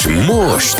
És most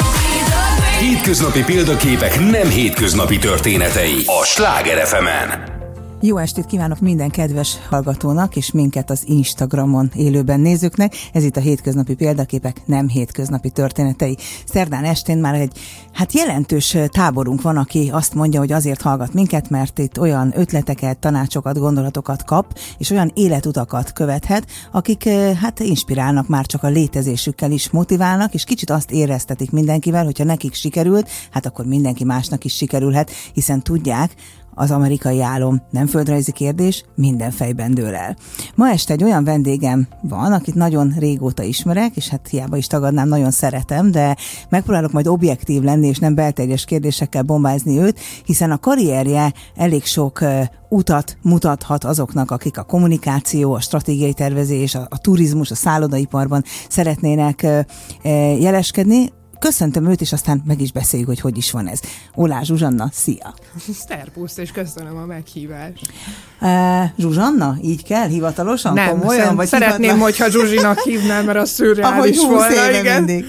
hétköznapi példaképek nem hétköznapi történetei a Sláger FM-en. Jó estét kívánok minden kedves hallgatónak és minket az Instagramon élőben nézőknek. Ez itt a hétköznapi példaképek nem hétköznapi történetei. Szerdán estén már egy jelentős táborunk van, aki azt mondja, hogy azért hallgat minket, mert itt olyan ötleteket, tanácsokat, gondolatokat kap, és olyan életutakat követhet, akik inspirálnak, már csak a létezésükkel is motiválnak, és kicsit azt éreztetik mindenkivel, hogyha nekik sikerült, akkor mindenki másnak is sikerülhet, hiszen tudják, az amerikai álom nem földrajzi kérdés, minden fejben dől el. Ma este egy olyan vendégem van, akit nagyon régóta ismerek, és hiába is tagadnám, nagyon szeretem, de megpróbálok majd objektív lenni, és nem belterjes kérdésekkel bombázni őt, hiszen a karrierje elég sok utat mutathat azoknak, akik a kommunikáció, a stratégiai tervezés, a turizmus, a szállodaiparban szeretnének jeleskedni. Köszöntöm őt, és aztán meg is beszéljük, hogy is van ez. Olá Zsuzsanna, szia! Szervusz, és köszönöm a meghívást. Zsuzsanna? Így kell? Hivatalosan? Nem, komolyan, vagy szeretném, hogyha Zsuzsinak hívnám, mert az szürreális volna. Igen. Mindig.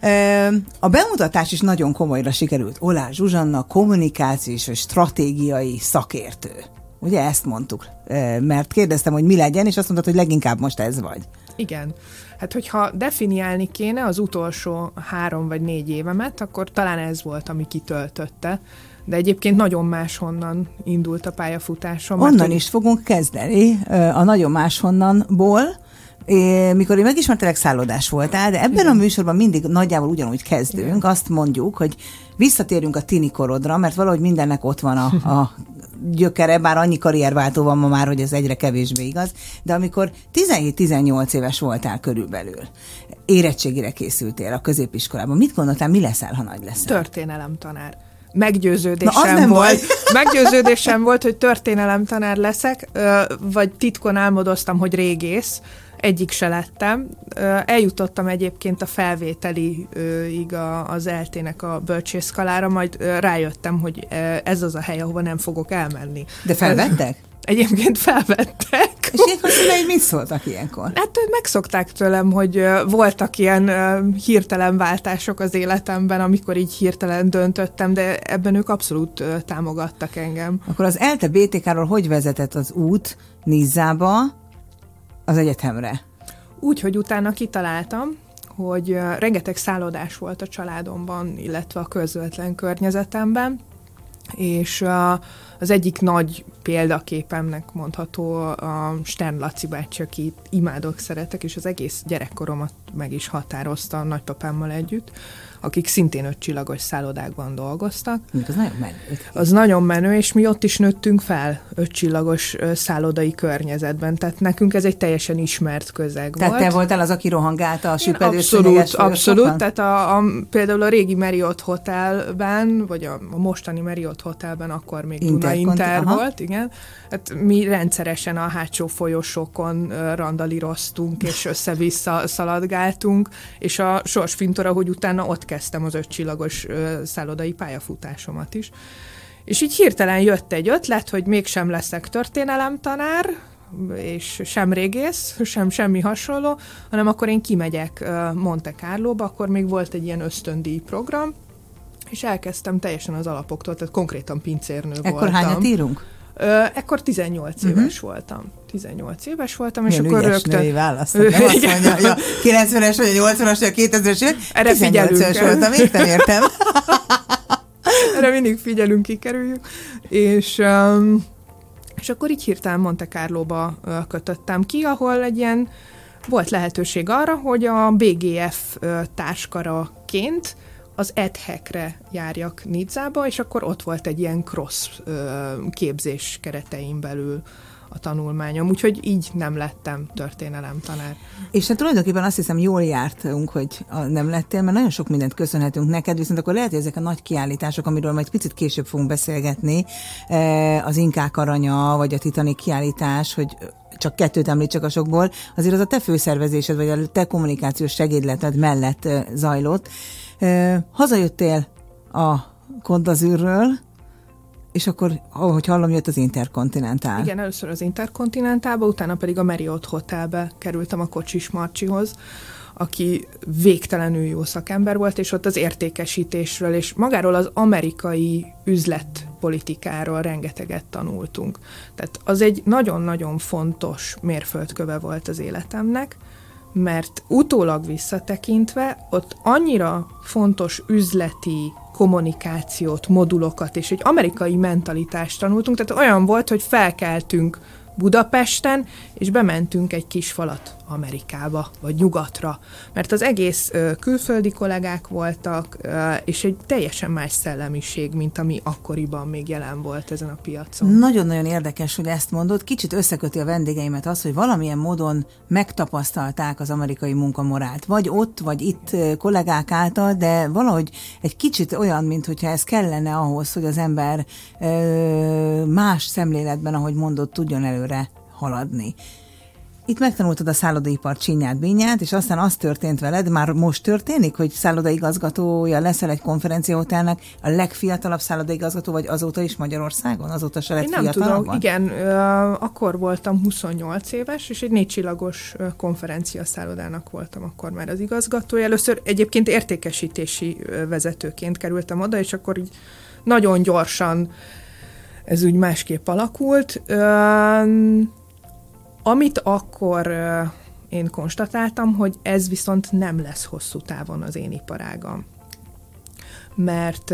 A bemutatás is nagyon komolyra sikerült. Olá Zsuzsanna, kommunikációs és stratégiai szakértő. Ugye ezt mondtuk? Mert kérdeztem, hogy mi legyen, és azt mondtad, hogy leginkább most ez vagy. Igen. Hogyha definiálni kéne az utolsó 3 vagy 4 évemet, akkor talán ez volt, ami kitöltötte. De egyébként nagyon máshonnan indult a pályafutásom. Onnan is fogunk kezdeni, a nagyon máshonnanból. Mikor én megismertelek, szállodás voltál, de ebben a műsorban mindig nagyjából ugyanúgy kezdünk. Igen. Azt mondjuk, hogy visszatérünk a tini korodra, mert valahogy mindennek ott van a gyökere, bár annyi karrierváltó van ma már, hogy ez egyre kevésbé igaz, de amikor 17-18 éves voltál körülbelül, érettségire készültél a középiskolában, mit gondoltál, mi leszel, ha nagy leszel? Történelemtanár. Meggyőződésem volt, hogy történelemtanár leszek, vagy titkon álmodoztam, hogy régész. Egyik se lettem. Eljutottam egyébként a felvételiig az ELTE-nek a bölcsészkalára, majd rájöttem, hogy ez az a hely, ahova nem fogok elmenni. De felvettek? Egyébként felvettek. És ilyenkor szüleid mit szóltak ilyenkor? Megszokták tőlem, hogy voltak ilyen hirtelen váltások az életemben, amikor így hirtelen döntöttem, de ebben ők abszolút támogattak engem. Akkor az ELTE BTK-ról hogy vezetett az út Nizzába az egyetemre? Úgy, hogy utána kitaláltam, hogy rengeteg szállodás volt a családomban, illetve a közvetlen környezetemben, és az egyik nagy példaképemnek mondható a Stern Laci bácsi, akit imádok, szeretek, és az egész gyerekkoromat meg is határozta a nagypapámmal együtt, akik szintén 5 csillagos szállodákban dolgoztak. Az nagyon menő. Az nagyon menő, és mi ott is nőttünk fel 5 csillagos szállodai környezetben, tehát nekünk ez egy teljesen ismert közeg volt. Tehát te voltál az, aki rohangálta a süpedős Abszolút, tehát például a régi Marriott Hotelben, vagy a mostani Marriott Hotelben akkor még Duna Inter volt, igen. Hát mi rendszeresen a hátsó folyosókon randalíroztunk, és össze-vissza szaladgáltunk, és a sorsfintora, hogy utána ott kezdtem az 5 csillagos szállodai pályafutásomat is. És így hirtelen jött egy ötlet, hogy mégsem leszek történelemtanár, és sem régész, sem semmi hasonló, hanem akkor én kimegyek Monte Carlóba, akkor még volt egy ilyen ösztöndíj program, és elkezdtem teljesen az alapoktól, tehát konkrétan pincérnő voltam. Ekkor hányat írunk? Ekkor 18 éves voltam. 18 éves voltam, és milyen akkor ügyes rögtön... női választott, nem azt mondja, hogy a 90-es, vagy a 80-as, vagy a 2000-es évek. Erre figyelünk. 18-es voltam, értem. Erre mindig figyelünk, kikerüljük. És akkor így hirtelen Monte Carlóba kötöttem ki, ahol egy ilyen volt lehetőség arra, hogy a BGF társkaraként az EDHEC-re járjak Nizzába, és akkor ott volt egy ilyen cross képzés keretein belül a tanulmányom, úgyhogy így nem lettem történelemtanár. És hát tulajdonképpen azt hiszem, jól jártunk, hogy nem lettél, mert nagyon sok mindent köszönhetünk neked, viszont akkor lehet, hogy ezek a nagy kiállítások, amiről majd picit később fogunk beszélgetni, az Inkák aranya, vagy a Titanic kiállítás, hogy csak 2 említsek a sokból, azért az a te főszervezésed, vagy a te kommunikációs segédleted mellett zajlott. Hazajöttél a Côte d'Azurről, és akkor, ahogy hallom, jött az Intercontinental. Igen, először az Intercontinentalba, utána pedig a Marriott Hotelbe kerültem a Kocsis Marcsihoz, aki végtelenül jó szakember volt, és ott az értékesítésről, és magáról az amerikai üzletpolitikáról rengeteget tanultunk. Tehát az egy nagyon-nagyon fontos mérföldköve volt az életemnek, mert utólag visszatekintve ott annyira fontos üzleti kommunikációt, modulokat és egy amerikai mentalitást tanultunk, tehát olyan volt, hogy felkeltünk Budapesten, és bementünk egy kis falat Amerikába, vagy nyugatra, mert az egész külföldi kollégák voltak, és egy teljesen más szellemiség, mint ami akkoriban még jelen volt ezen a piacon. Nagyon-nagyon érdekes, hogy ezt mondod. Kicsit összeköti a vendégeimet az, hogy valamilyen módon megtapasztalták az amerikai munkamorált. Vagy ott, vagy itt kollégák által, de valahogy egy kicsit olyan, mintha ez kellene ahhoz, hogy az ember más szemléletben, ahogy mondod, tudjon előre haladni. Itt megtanultad a szállodaipar csinyát-bínyát, és aztán az történt veled, már most történik, hogy szállodaigazgatója leszel egy konferenciahotelnek, a legfiatalabb szállodaigazgató, vagy azóta is Magyarországon? Azóta se lett fiatalabban? Nem tudom, igen, akkor voltam 28 éves, és egy 4 csillagos konferenciaszállodának voltam akkor már az igazgatója. Először egyébként értékesítési vezetőként kerültem oda, és akkor így nagyon gyorsan ez úgy másképp alakult. Amit akkor én konstatáltam, hogy ez viszont nem lesz hosszú távon az én iparágam. Mert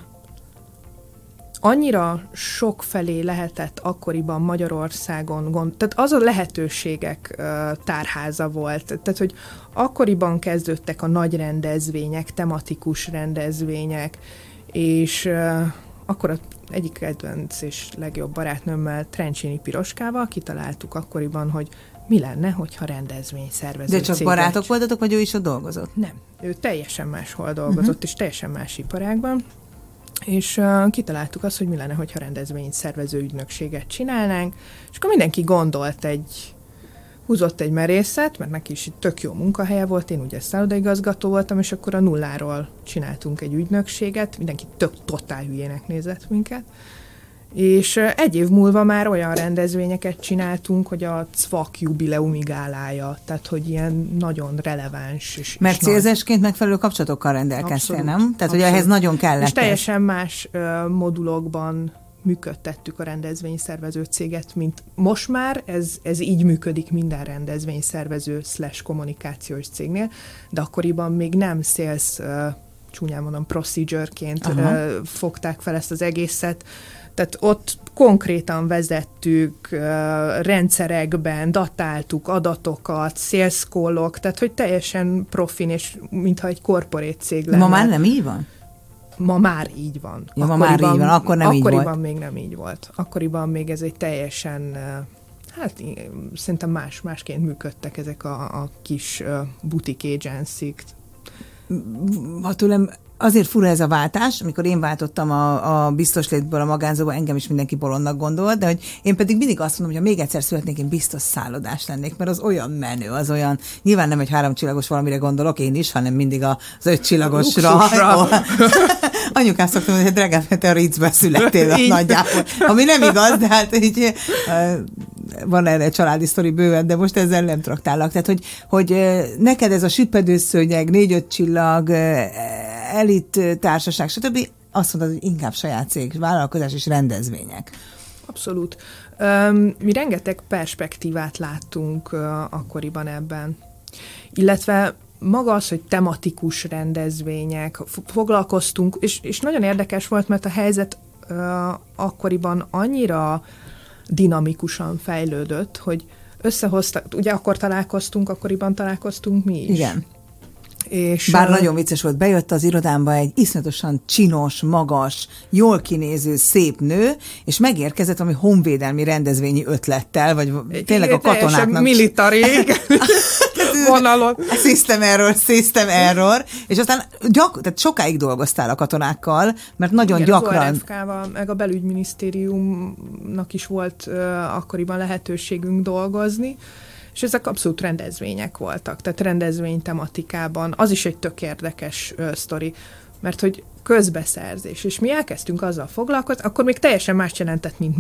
annyira sokfelé lehetett akkoriban Magyarországon tehát az a lehetőségek tárháza volt. Tehát, hogy akkoriban kezdődtek a nagy rendezvények, tematikus rendezvények, és akkor egyik kedvenc és legjobb barátnőmmel, Trencsényi Piroskával kitaláltuk akkoriban, hogy mi lenne, hogyha rendezvényszervező De csak barátok voltatok, vagy ő is ott dolgozott? Nem. Ő teljesen máshol dolgozott, és teljesen más iparágban. És kitaláltuk azt, hogy mi lenne, hogyha rendezvényszervező ügynökséget csinálnánk, és akkor mindenki gondolt húzott egy merészet, mert neki is tök jó munkahelye volt, én ugye szállodaigazgató voltam, és akkor a nulláról csináltunk egy ügynökséget, mindenki totál hülyének nézett minket, és egy év múlva már olyan rendezvényeket csináltunk, hogy a CVAK jubileumi gálája, tehát hogy ilyen nagyon releváns. Mert célzásként megfelelő kapcsolatokkal rendelkeztél, nem? Tehát, hogy ehhez nagyon kellett. És teljesen más modulokban működtettük a rendezvényszervező céget, mint most már, ez így működik minden rendezvényszervező / kommunikációs cégnél, de akkoriban még nem sales, csúnyán mondom, procedure-ként fogták fel ezt az egészet, tehát ott konkrétan vezettük, rendszerekben datáltuk adatokat, sales call-ok, tehát hogy teljesen profin, és mintha egy corporate cég lenne. Ma már nem így van? Ma már így van. Ja, ma már így van, akkor nem így volt. Akkoriban még nem így volt. Akkoriban még ez egy teljesen, szerintem másként működtek ezek a kis boutique agency-k. Ha tőlem azért fura ez a váltás, amikor én váltottam a biztos létből a magánzóba, engem is mindenki bolondnak gondolt, de hogy én pedig mindig azt mondom, hogy ha még egyszer születnék, én biztos szállodás lennék, mert az olyan menő, az olyan, nyilván nem egy 3 csillagos valamire gondolok én is, hanem mindig az 5 csillagosra. Anyukám szoktam mondani, hogy drágám, te a Ritzben születtél nagyjából. Ami nem igaz, de hát így van erre egy családi sztori bőven, de most ezzel nem traktálok. Tehát, hogy neked ez a süppedőszőnyeg, 4-5 csillag, elit társaság, stb. Azt mondod, hogy inkább saját cég, vállalkozás és rendezvények. Abszolút. Mi rengeteg perspektívát láttunk akkoriban ebben. Illetve maga az, hogy tematikus rendezvények, foglalkoztunk, és nagyon érdekes volt, mert a helyzet akkoriban annyira dinamikusan fejlődött, hogy összehoztak, ugye akkoriban találkoztunk mi is. Igen. És bár nagyon vicces volt, bejött az irodámba egy iszonyatosan csinos, magas, jól kinéző, szép nő, és megérkezett valami honvédelmi rendezvényi ötlettel, vagy tényleg a katonáknak. Military vonalon. System error, és aztán tehát sokáig dolgoztál a katonákkal, mert nagyon gyakran. Az ORFK-val, meg a belügyminisztériumnak is volt akkoriban lehetőségünk dolgozni, és ezek abszolút rendezvények voltak, tehát rendezvény tematikában. Az is egy tök érdekes sztori, mert hogy közbeszerzés, és mi elkezdtünk azzal foglalkozni, akkor még teljesen más jelentett, mint ma.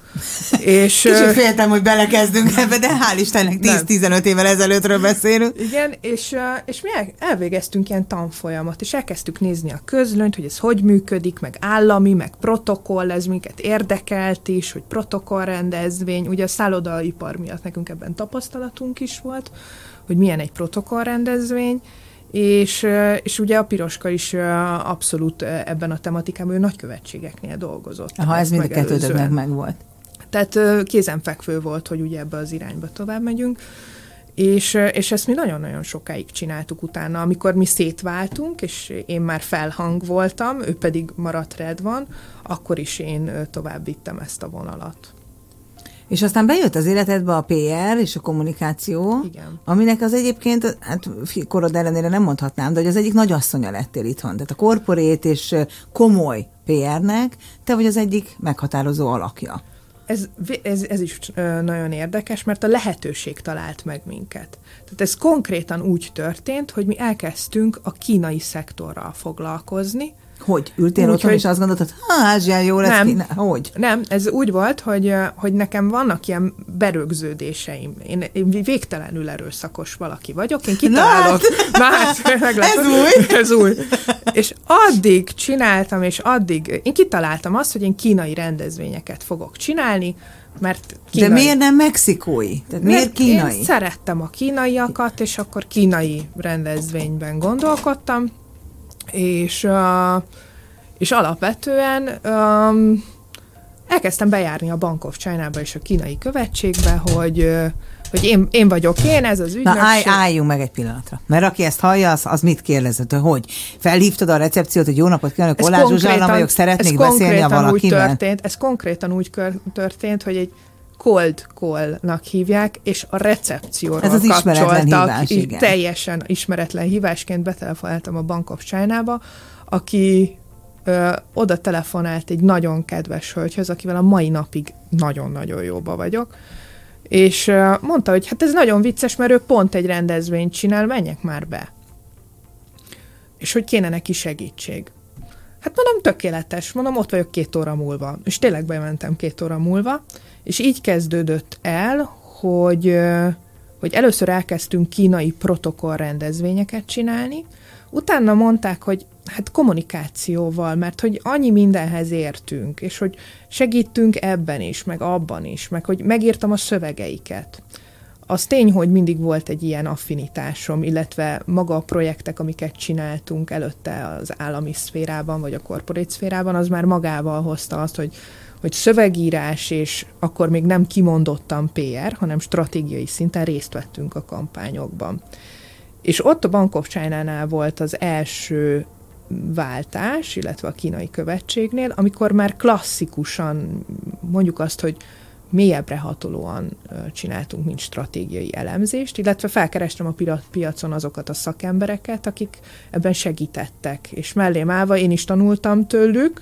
Kicsit féltem, hogy belekezdünk ebbe, de hál' Istennek 10-15 évvel ezelőttről beszélünk. Igen, és mi elvégeztünk ilyen tanfolyamot, és elkezdtük nézni a közlönyt, hogy ez hogy működik, meg állami, meg protokoll, ez minket érdekelt is, hogy protokollrendezvény, ugye a szállodaipar miatt nekünk ebben tapasztalatunk is volt, hogy milyen egy protokollrendezvény, és ugye a Piroska is abszolút ebben a tematikában, ő nagykövetségeknél dolgozott. Aha, ez mind a kettőtöknek megvolt. Tehát kézenfekvő volt, hogy ugye ebbe az irányba tovább megyünk, és ezt mi nagyon-nagyon sokáig csináltuk utána, amikor mi szétváltunk, és én már felhang voltam, ő pedig maradt redvan, akkor is én tovább vittem ezt a vonalat. És aztán bejött az életedbe a PR és a kommunikáció, igen, aminek az egyébként, hát korod ellenére nem mondhatnám, de hogy az egyik nagyasszonya lettél itthon. Tehát a korporét és komoly PR-nek te vagy az egyik meghatározó alakja. Ez is nagyon érdekes, mert a lehetőség talált meg minket. Tehát ez konkrétan úgy történt, hogy mi elkezdtünk a kínai szektorral foglalkozni. Hogy? Ültél otthon, és azt gondoltad, Ázsián jó lesz Kína? Hogy? Nem, ez úgy volt, hogy nekem vannak ilyen berögződéseim. Én végtelenül erőszakos valaki vagyok, én kitálok. Ez új. És addig csináltam, én kitaláltam azt, hogy én kínai rendezvényeket fogok csinálni, mert kínai. De miért nem mexikói? Tehát miért kínai? Én szerettem a kínaiakat, és akkor kínai rendezvényben gondolkodtam, és alapvetően elkezdtem bejárni a Bank of China-ba és a kínai követségbe, hogy én vagyok én, ez az ügynökség. Na álljunk meg egy pillanatra. Mert aki ezt hallja, az mit kérdezett? Hogy felhívtad a recepciót, hogy jó napot kívánok, Kolács Zsuzsanna vagyok, szeretnék beszélni a valakivel? Ez konkrétan úgy történt, hogy egy cold call-nak hívják, és a recepcióról ez az ismeretlen hívás, igen. Teljesen ismeretlen hívásként betelefonáltam a Bank of China-ba, aki oda telefonált egy nagyon kedves hölgyhöz, akivel a mai napig nagyon-nagyon jóba vagyok, és mondta, hogy hát ez nagyon vicces, mert ő pont egy rendezvényt csinál, menjek már be. És hogy kéne neki segítség. Hát mondom, tökéletes, mondom, ott vagyok 2 óra múlva. És tényleg bementem 2 óra múlva, és így kezdődött el, hogy először elkezdtünk kínai protokoll rendezvényeket csinálni, utána mondták, hogy hát kommunikációval, mert hogy annyi mindenhez értünk, és hogy segítünk ebben is, meg abban is, meg hogy megírtam a szövegeiket. Az tény, hogy mindig volt egy ilyen affinitásom, illetve maga a projektek, amiket csináltunk előtte az állami szférában, vagy a korporát szférában, az már magával hozta azt, hogy szövegírás, és akkor még nem kimondottan PR, hanem stratégiai szinten részt vettünk a kampányokban. És ott a Bank of China-nál volt az első váltás, illetve a kínai követségnél, amikor már klasszikusan, mondjuk azt, hogy mélyebbre hatolóan csináltunk, mint stratégiai elemzést, illetve felkerestem a piacon azokat a szakembereket, akik ebben segítettek, és mellém állva én is tanultam tőlük,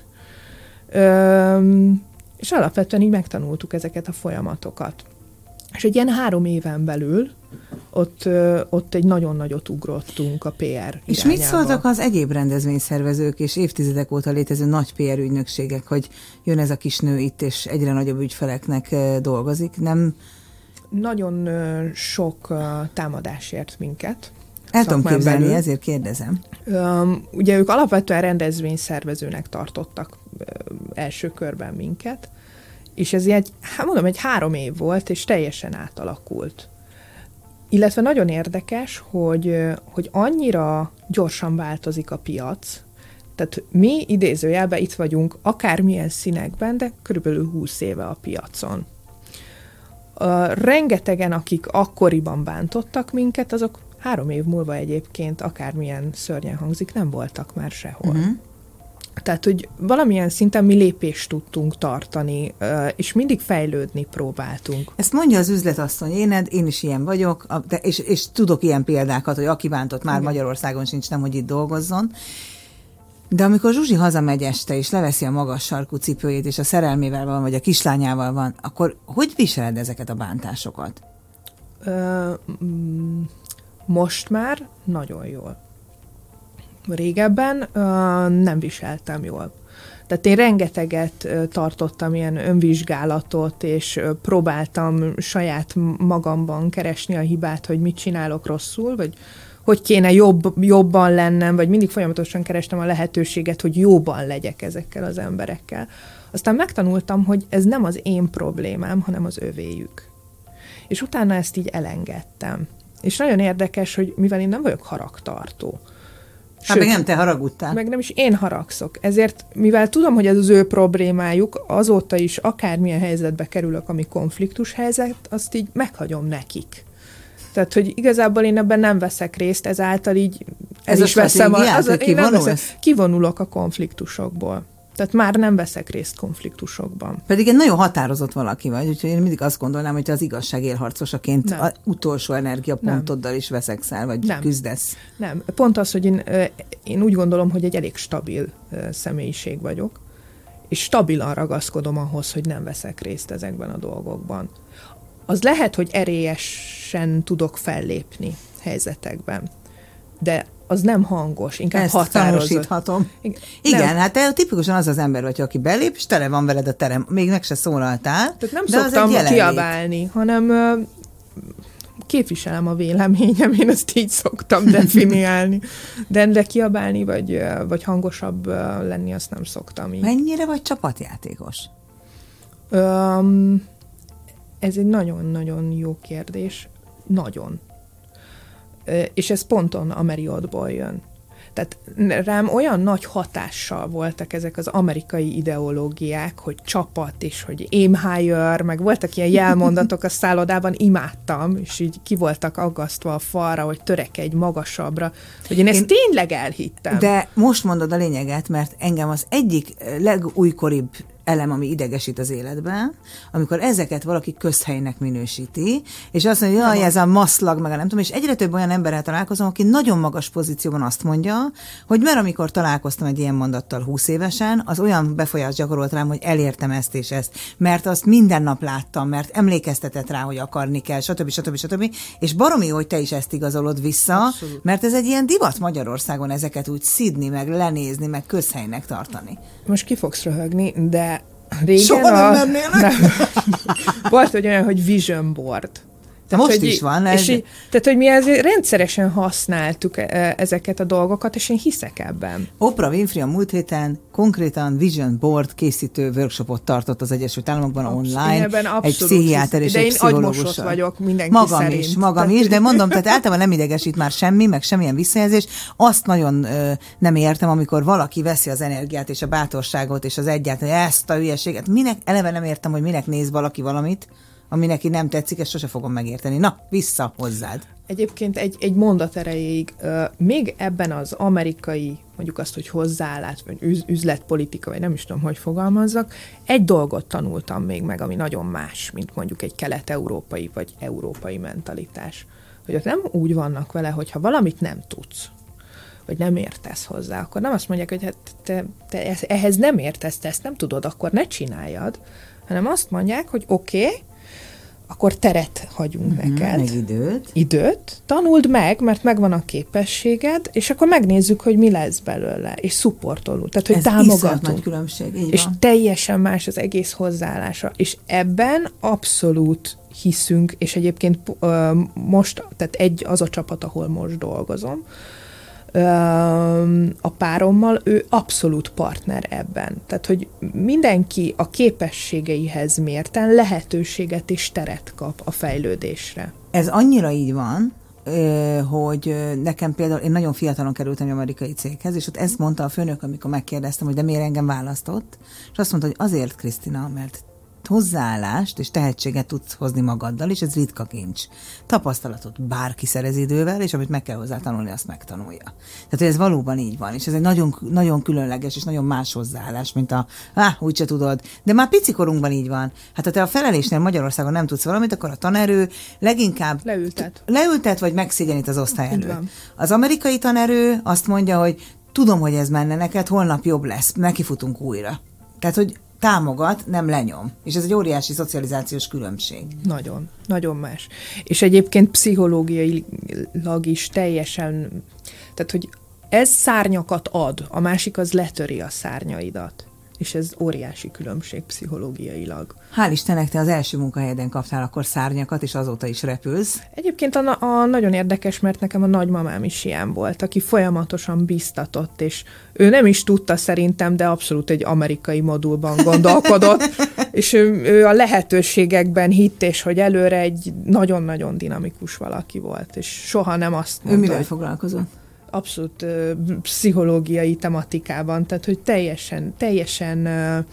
és alapvetően így megtanultuk ezeket a folyamatokat. És egy ilyen 3 éven belül ott egy nagyon nagyot ugrottunk a PR irányába. És mit szóltak az egyéb rendezvényszervezők és évtizedek óta létező nagy PR ügynökségek, hogy jön ez a kis nő itt, és egyre nagyobb ügyfeleknek dolgozik? Nem? Nagyon sok támadás ért minket. El tudom képzelni, ezért kérdezem. Ugye ők alapvetően rendezvényszervezőnek tartottak első körben minket, és ez egy 3 év volt, és teljesen átalakult. Illetve nagyon érdekes, hogy annyira gyorsan változik a piac, tehát mi idézőjelben itt vagyunk akármilyen színekben, de körülbelül 20 éve a piacon. Rengetegen, akik akkoriban bántottak minket, azok 3 év múlva egyébként, akármilyen szörnyen hangzik, nem voltak már sehol. Uh-huh. Tehát, hogy valamilyen szinten mi lépést tudtunk tartani, és mindig fejlődni próbáltunk. Ezt mondja az üzletasszony, én is ilyen vagyok, és tudok ilyen példákat, hogy aki bántott már Magyarországon sincs, nem, hogy itt dolgozzon. De amikor Zsuzsi hazamegy este, és leveszi a magas sarkú cipőjét, és a szerelmével van, vagy a kislányával van, akkor hogy viseled ezeket a bántásokat? Most már nagyon jól. Régebben nem viseltem jól. Tehát én rengeteget tartottam ilyen önvizsgálatot, és próbáltam saját magamban keresni a hibát, hogy mit csinálok rosszul, vagy hogy kéne jobban lennem, vagy mindig folyamatosan kerestem a lehetőséget, hogy jobban legyek ezekkel az emberekkel. Aztán megtanultam, hogy ez nem az én problémám, hanem az övéjük. És utána ezt így elengedtem. És nagyon érdekes, hogy mivel én nem vagyok haragtartó. Hát meg nem te haragudtál. Meg nem is én haragszok. Ezért, mivel tudom, hogy ez az ő problémájuk, azóta is akármilyen helyzetbe kerülök, ami konfliktus helyzet, azt így meghagyom nekik. Tehát, hogy igazából én ebben nem veszek részt, ezáltal így ez is veszem. Kivonulok a konfliktusokból. Tehát már nem veszek részt konfliktusokban. Pedig egy nagyon határozott valaki vagy, úgyhogy én mindig azt gondolnám, hogy te az igazságélharcosaként az utolsó energiapontoddal is veszekszel, vagy küzdesz. Nem. Pont az, hogy én úgy gondolom, hogy egy elég stabil személyiség vagyok, és stabilan ragaszkodom ahhoz, hogy nem veszek részt ezekben a dolgokban. Az lehet, hogy erélyesen tudok fellépni helyzetekben, de az nem hangos, inkább ezt határozott. Tanúsíthatom. Igen, hát te tipikusan az ember vagy, aki belép, és tele van veled a terem. Még meg se szólaltál. Tehát nem szoktam kiabálni, hanem képviselem a véleményem, én ezt így szoktam definiálni. De kiabálni, vagy hangosabb lenni, azt nem szoktam így. Mennyire vagy csapatjátékos? Ez egy nagyon-nagyon jó kérdés. Nagyon. És ez ponton a Marriottból jön. Tehát rám olyan nagy hatással voltak ezek az amerikai ideológiák, hogy csapat, és hogy aim higher, meg voltak ilyen jelmondatok a szállodában, imádtam, és így ki voltak aggasztva a falra, hogy törekedj magasabbra, hogy én ezt tényleg elhittem. De most mondod a lényeget, mert engem az egyik legújkoribb elem, ami idegesít az életben, amikor ezeket valaki közhelynek minősíti, és azt mondja, hogy ez a maszlag, meg a nem tudom, és egyre több olyan emberrel találkozom, aki nagyon magas pozícióban azt mondja, hogy mert amikor találkoztam egy ilyen mondattal 20 évesen, az olyan befolyást gyakorolt rám, hogy elértem ezt és ezt, mert azt minden nap láttam, mert emlékeztetett rá, hogy akarni kell, stb. És baromi jó, hogy te is ezt igazolod vissza, abszolút. Mert ez egy ilyen divat Magyarországon ezeket úgy szidni, meg lenézni, meg közhelynek tartani. Most ki fogsz röhögni, de régen soha nem mennének. Volt olyan, hogy vision board. Tehát, most is van. Tehát, hogy mi ezért rendszeresen használtuk ezeket a dolgokat, és én hiszek ebben. Oprah Winfrey a múlt héten konkrétan Vision Board készítő workshopot tartott az Egyesült Államokban online. Egy pszichiáter és egy pszichológussal. De én vagyok mindenki szerint. Magam is, de mondom, tehát általában nem idegesít már semmi, meg semmilyen visszajelzés. Azt nagyon nem értem, amikor valaki veszi az energiát és a bátorságot és az egyáltalán ezt a hülyeséget. Eleve nem értem, hogy minek néz valaki valamit, ami neki nem tetszik, ezt sose fogom megérteni. Na, vissza hozzád. Egyébként egy mondat erejéig, még ebben az amerikai, mondjuk azt, hogy hozzáállás, vagy üzletpolitika, vagy nem is tudom, hogy fogalmazzak, egy dolgot tanultam még meg, ami nagyon más, mint mondjuk egy kelet-európai, vagy európai mentalitás. Hogy ott nem úgy vannak vele, hogyha valamit nem tudsz, vagy nem értesz hozzá, akkor nem azt mondják, hogy hát te ehhez nem értesz, te ezt nem tudod, akkor ne csináljad, hanem azt mondják, hogy oké, akkor teret hagyunk neked. Meg időt. Tanuld meg, mert megvan a képességed, és akkor megnézzük, hogy mi lesz belőle, és szupportolunk. Tehát, hogy támogatunk. Nagy különbség, így és van. Teljesen más az egész hozzáállása. És ebben abszolút hiszünk, és egyébként most, tehát az a csapat, ahol most dolgozom, a párommal, ő abszolút partner ebben. Tehát, hogy mindenki a képességeihez mérten lehetőséget és teret kap a fejlődésre. Ez annyira így van, hogy nekem például, én nagyon fiatalon kerültem egy amerikai céghez, és ott ezt mondta a főnök, amikor megkérdeztem, hogy de miért engem választott, és azt mondta, hogy azért, Krisztina, mert hozzáállást és tehetséget tudsz hozni magaddal, és ez ritka kincs. Tapasztalatot bárki szerez idővel, és amit meg kell hozzá tanulni, azt megtanulja. Tehát, hogy ez valóban így van, és ez egy nagyon, nagyon különleges és nagyon más hozzáállás, mint úgyse tudod. De már picikorunkban így van. Hát ha te a felelésnél Magyarországon nem tudsz valamit, akkor a tanerő leginkább leültet, vagy megszégyenít az osztály előtt. Az amerikai tanerő azt mondja, hogy tudom, hogy ez menne neked, holnap jobb lesz, nekifutunk újra. Tehát, hogy támogat, nem lenyom. És ez egy óriási szocializációs különbség. Nagyon, nagyon más. És egyébként pszichológiailag is teljesen, tehát, hogy ez szárnyakat ad, a másik az letöri a szárnyaidat. És ez óriási különbség pszichológiailag. Hál' Istennek te az első munkahelyeden kaptál akkor szárnyakat, és azóta is repülsz. Egyébként a nagyon érdekes, mert nekem a nagymamám is ilyen volt, aki folyamatosan biztatott, és ő nem is tudta szerintem, de abszolút egy amerikai modulban gondolkodott, és ő a lehetőségekben hitt, és hogy előre egy nagyon-nagyon dinamikus valaki volt, és soha nem azt mondta. Ő mivel foglalkozott? Abszolút pszichológiai tematikában, tehát hogy teljesen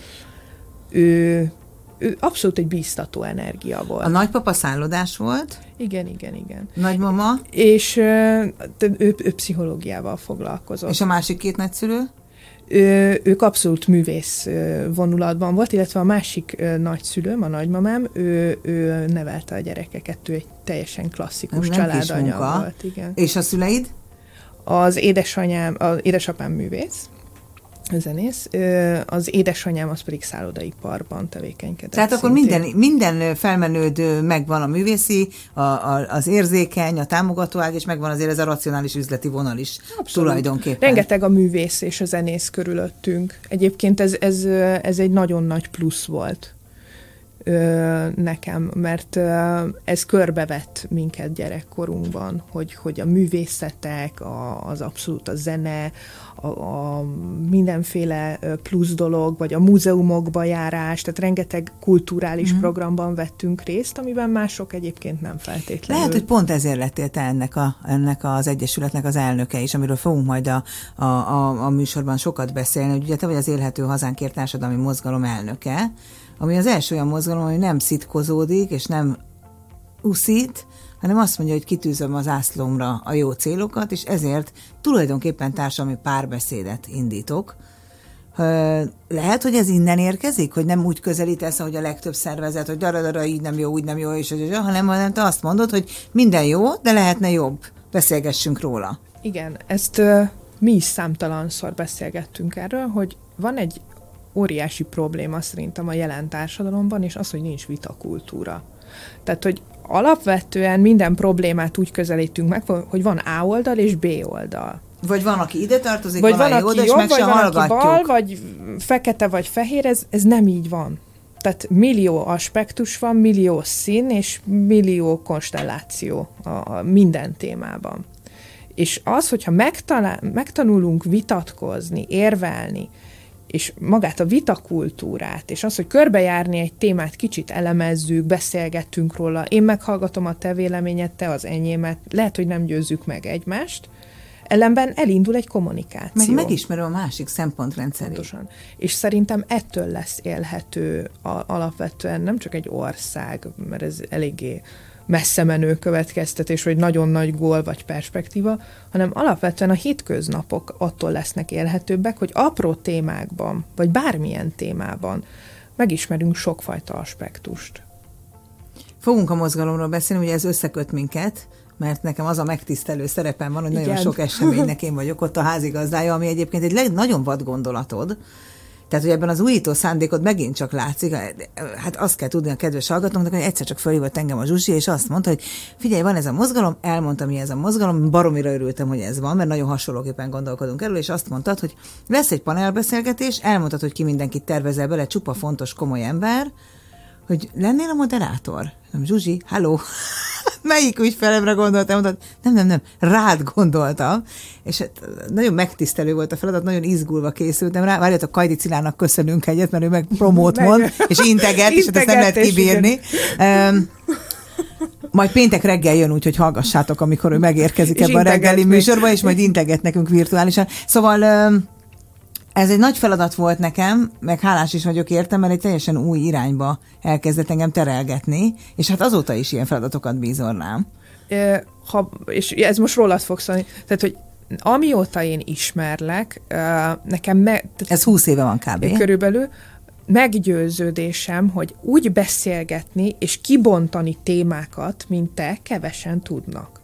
ő abszolút egy bíztató energia volt. A nagypapa szállodás volt? Igen. Nagymama? És ő pszichológiával foglalkozott. És a másik két nagyszülő? Ők abszolút művész vonulatban volt, illetve a másik nagyszülőm, a nagymamám, ő nevelte a gyerekeket, ő egy teljesen klasszikus családanya volt. Igen. És a szüleid? Az édesapám művész, zenész, az édesanyám az pedig szállodaiparban tevékenykedett. Tehát akkor minden felmenőd megvan a művészi, az érzékeny, a támogatóág, és megvan azért ez a racionális üzleti vonal is. Abszolút. Tulajdonképpen. Rengeteg a művész és a zenész körülöttünk. Egyébként ez egy nagyon nagy plusz volt nekem, mert ez körbevett minket gyerekkorunkban, hogy a művészetek, az abszolút a zene, a mindenféle plusz dolog, vagy a múzeumokba járás, tehát rengeteg kulturális programban vettünk részt, amiben mások egyébként nem feltétlenül. Lehet, hogy pont ezért lettél te ennek az egyesületnek az elnöke is, amiről fogunk majd a műsorban sokat beszélni, hogy ugye te vagy az Élhető Hazánkért Társadalmi Mozgalom elnöke, ami az első olyan mozgalom, ami nem szitkozódik, és nem uszít, hanem azt mondja, hogy kitűzöm az zászlómra a jó célokat, és ezért tulajdonképpen társadalmi párbeszédet indítok. Lehet, hogy ez innen érkezik, hogy nem úgy közelítesz, ahogy a legtöbb szervezet, hogy daradara, így nem jó, úgy nem jó, hanem te azt mondod, hogy minden jó, de lehetne jobb. Beszélgessünk róla. Igen, ezt mi is számtalanszor beszélgettünk erről, hogy van egy óriási probléma szerintem a jelen társadalomban, és az, hogy nincs vitakultúra. Tehát, hogy alapvetően minden problémát úgy közelítünk meg, hogy van A oldal és B oldal. Vagy van, aki ide tartozik, vagy van, aki oda, és meg sem hallgatjuk. Vagy bal, vagy fekete, vagy fehér, ez nem így van. Tehát millió aspektus van, millió szín, és millió konstelláció a minden témában. És az, hogyha megtanulunk vitatkozni, érvelni, és magát a vitakultúrát, és az, hogy körbejárni egy témát, kicsit elemezzük, beszélgettünk róla, én meghallgatom a te véleményed, te az enyémet, lehet, hogy nem győzzük meg egymást, ellenben elindul egy kommunikáció. Meg megismerem a másik szempontrendszerét. Pontosan. És szerintem ettől lesz élhető alapvetően nem csak egy ország, mert ez eléggé messze menő következtetés, vagy nagyon nagy gól vagy perspektíva, hanem alapvetően a hétköznapok attól lesznek élhetőbbek, hogy apró témákban, vagy bármilyen témában megismerünk sokfajta aspektust. Fogunk a mozgalomról beszélni, ugye ez összeköt minket, mert nekem az a megtisztelő szerepem van, hogy nagyon sok eseménynek én vagyok ott a házigazdája, ami egyébként egy nagyon vad gondolatod. Tehát, hogy ebben az újító szándékot megint csak látszik, hát azt kell tudni a kedves hallgatóknak, hogy egyszer csak felhívott engem a Zsuzsi, és azt mondta, hogy figyelj, van ez a mozgalom, elmondtam, mi ez a mozgalom, baromira örültem, hogy ez van, mert nagyon hasonlóképpen gondolkodunk erről, és azt mondtad, hogy lesz egy panelbeszélgetés, elmondtad, hogy ki mindenkit tervezel bele, csupa fontos, komoly ember, hogy lennél a moderátor? Nem, Zsuzsi, halló, melyik ügyfelemre gondoltam? Mondtad, nem, rád gondoltam, és hát nagyon megtisztelő volt a feladat, nagyon izgulva készültem rá. Várjatok, Kajdi Cilának köszönünk egyet, mert ő meg promót mond, és integet, és hát ezt nem lehet kibírni. Majd péntek reggel jön, úgyhogy hallgassátok, amikor ő megérkezik ebben a reggeli műsorban, és majd integet nekünk virtuálisan. Szóval ez egy nagy feladat volt nekem, meg hálás is vagyok érte, mert egy teljesen új irányba elkezdett engem terelgetni, és hát azóta is ilyen feladatokat bízol rám. És ez most rólad fog szólni. Tehát, hogy amióta én ismerlek, nekem... Ez 20 éve van kb. Körülbelül meggyőződésem, hogy úgy beszélgetni és kibontani témákat, mint te, kevesen tudnak.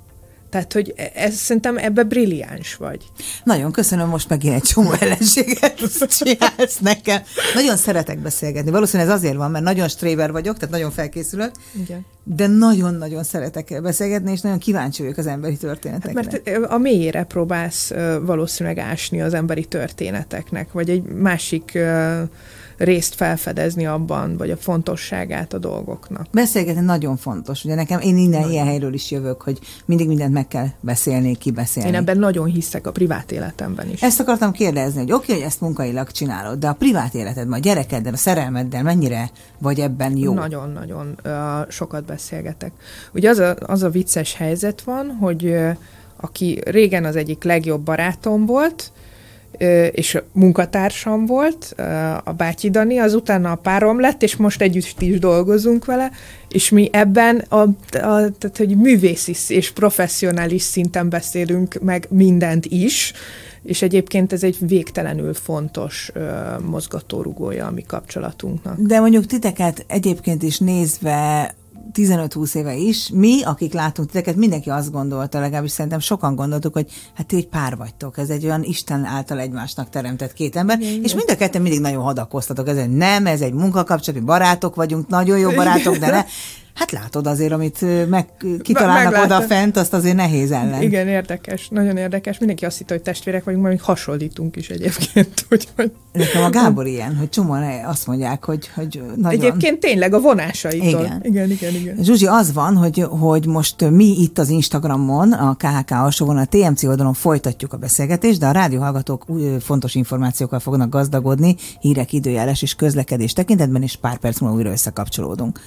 Tehát, hogy szerintem ebben brilliáns vagy. Nagyon köszönöm, most megint egy csomó ellenséget csinálsz nekem. Nagyon szeretek beszélgetni. Valószínűleg ez azért van, mert nagyon stréber vagyok, tehát nagyon felkészülök, igen. De nagyon-nagyon szeretek beszélgetni, és nagyon kíváncsi vagyok az emberi történetekre. Hát mert a mélyére próbálsz valószínűleg ásni az emberi történeteknek, vagy egy másik részt felfedezni abban, vagy a fontosságát a dolgoknak. Beszélgetni nagyon fontos. Ugye nekem, én ilyen helyről is jövök, hogy mindig mindent meg kell beszélni, kibeszélni. Én ebben nagyon hiszek a privát életemben is. Ezt akartam kérdezni, hogy oké, hogy ezt munkailag csinálod, de a privát életedben, a gyerekeddel, a szerelmeddel mennyire vagy ebben jó? Nagyon-nagyon sokat beszélgetek. Ugye az a vicces helyzet van, hogy aki régen az egyik legjobb barátom volt, és munkatársam volt, a Bátyi Dani, azután a párom lett, és most együtt is dolgozunk vele, és mi ebben tehát, hogy művészi és professzionális szinten beszélünk meg mindent is, és egyébként ez egy végtelenül fontos mozgatórugója a mi kapcsolatunknak. De mondjuk titeket egyébként is nézve 15-20 éve is, mi, akik látunk titeket, mindenki azt gondolta, legalábbis szerintem sokan gondoltuk, hogy hát ti egy pár vagytok, ez egy olyan Isten által egymásnak teremtett két ember, és mind a ketten mindig nagyon hadakoztatok, ez egy munkakapcsolat, barátok vagyunk, nagyon jó barátok, de ne. Hát látod azért, amit kitalálnak oda fent, azt azért nehéz ellen. Igen, érdekes, nagyon érdekes. Mindenki azt hitt, hogy testvérek vagyunk, mert hasonlítunk is egyébként. Hogy... Nekem a Gábor ilyen, hogy csomóan azt mondják, hogy nagyon... Egyébként tényleg a vonásaitól. Igen. Zsuzsi, az van, hogy most mi itt az Instagramon, a KHK alsóvonal, a TMC oldalon folytatjuk a beszélgetést, de a rádióhallgatók fontos információkkal fognak gazdagodni, hírek, időjárás és közlekedés tekintetben, és pár perc múlva újra összekapcsolódunk.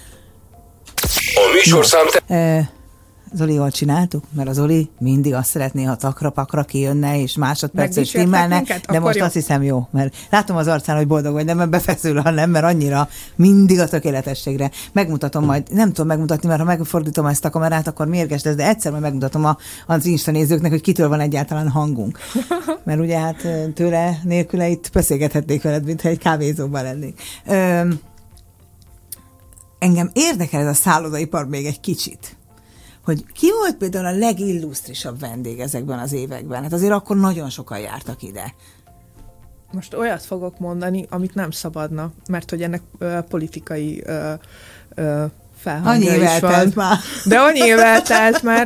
A műsorszám... Zoli, jól csináltuk? Mert az Zoli mindig azt szeretné, ha takra-pakra kijönne, és másodpercet stimmelne, de most jó. Azt hiszem jó, mert látom az arcán, hogy boldog vagy, nem, mert befeszül, hanem, mert annyira mindig a tökéletességre. Megmutatom majd, nem tudom megmutatni, mert ha megfordítom ezt a kamerát, akkor mérges lesz, de egyszer majd megmutatom az Insta nézőknek, hogy kitől van egyáltalán hangunk. Mert ugye hát tőle, nélküle itt beszélgethetnék veled, mintha egy kávézóban lennék. Engem érdekel ez a szállodaipar még egy kicsit, hogy ki volt például a legillusztrisabb vendég ezekben az években? Hát azért akkor nagyon sokan jártak ide. Most olyat fogok mondani, amit nem szabadna, mert hogy ennek politikai felhangja is van. Már. De annyi éve telt már.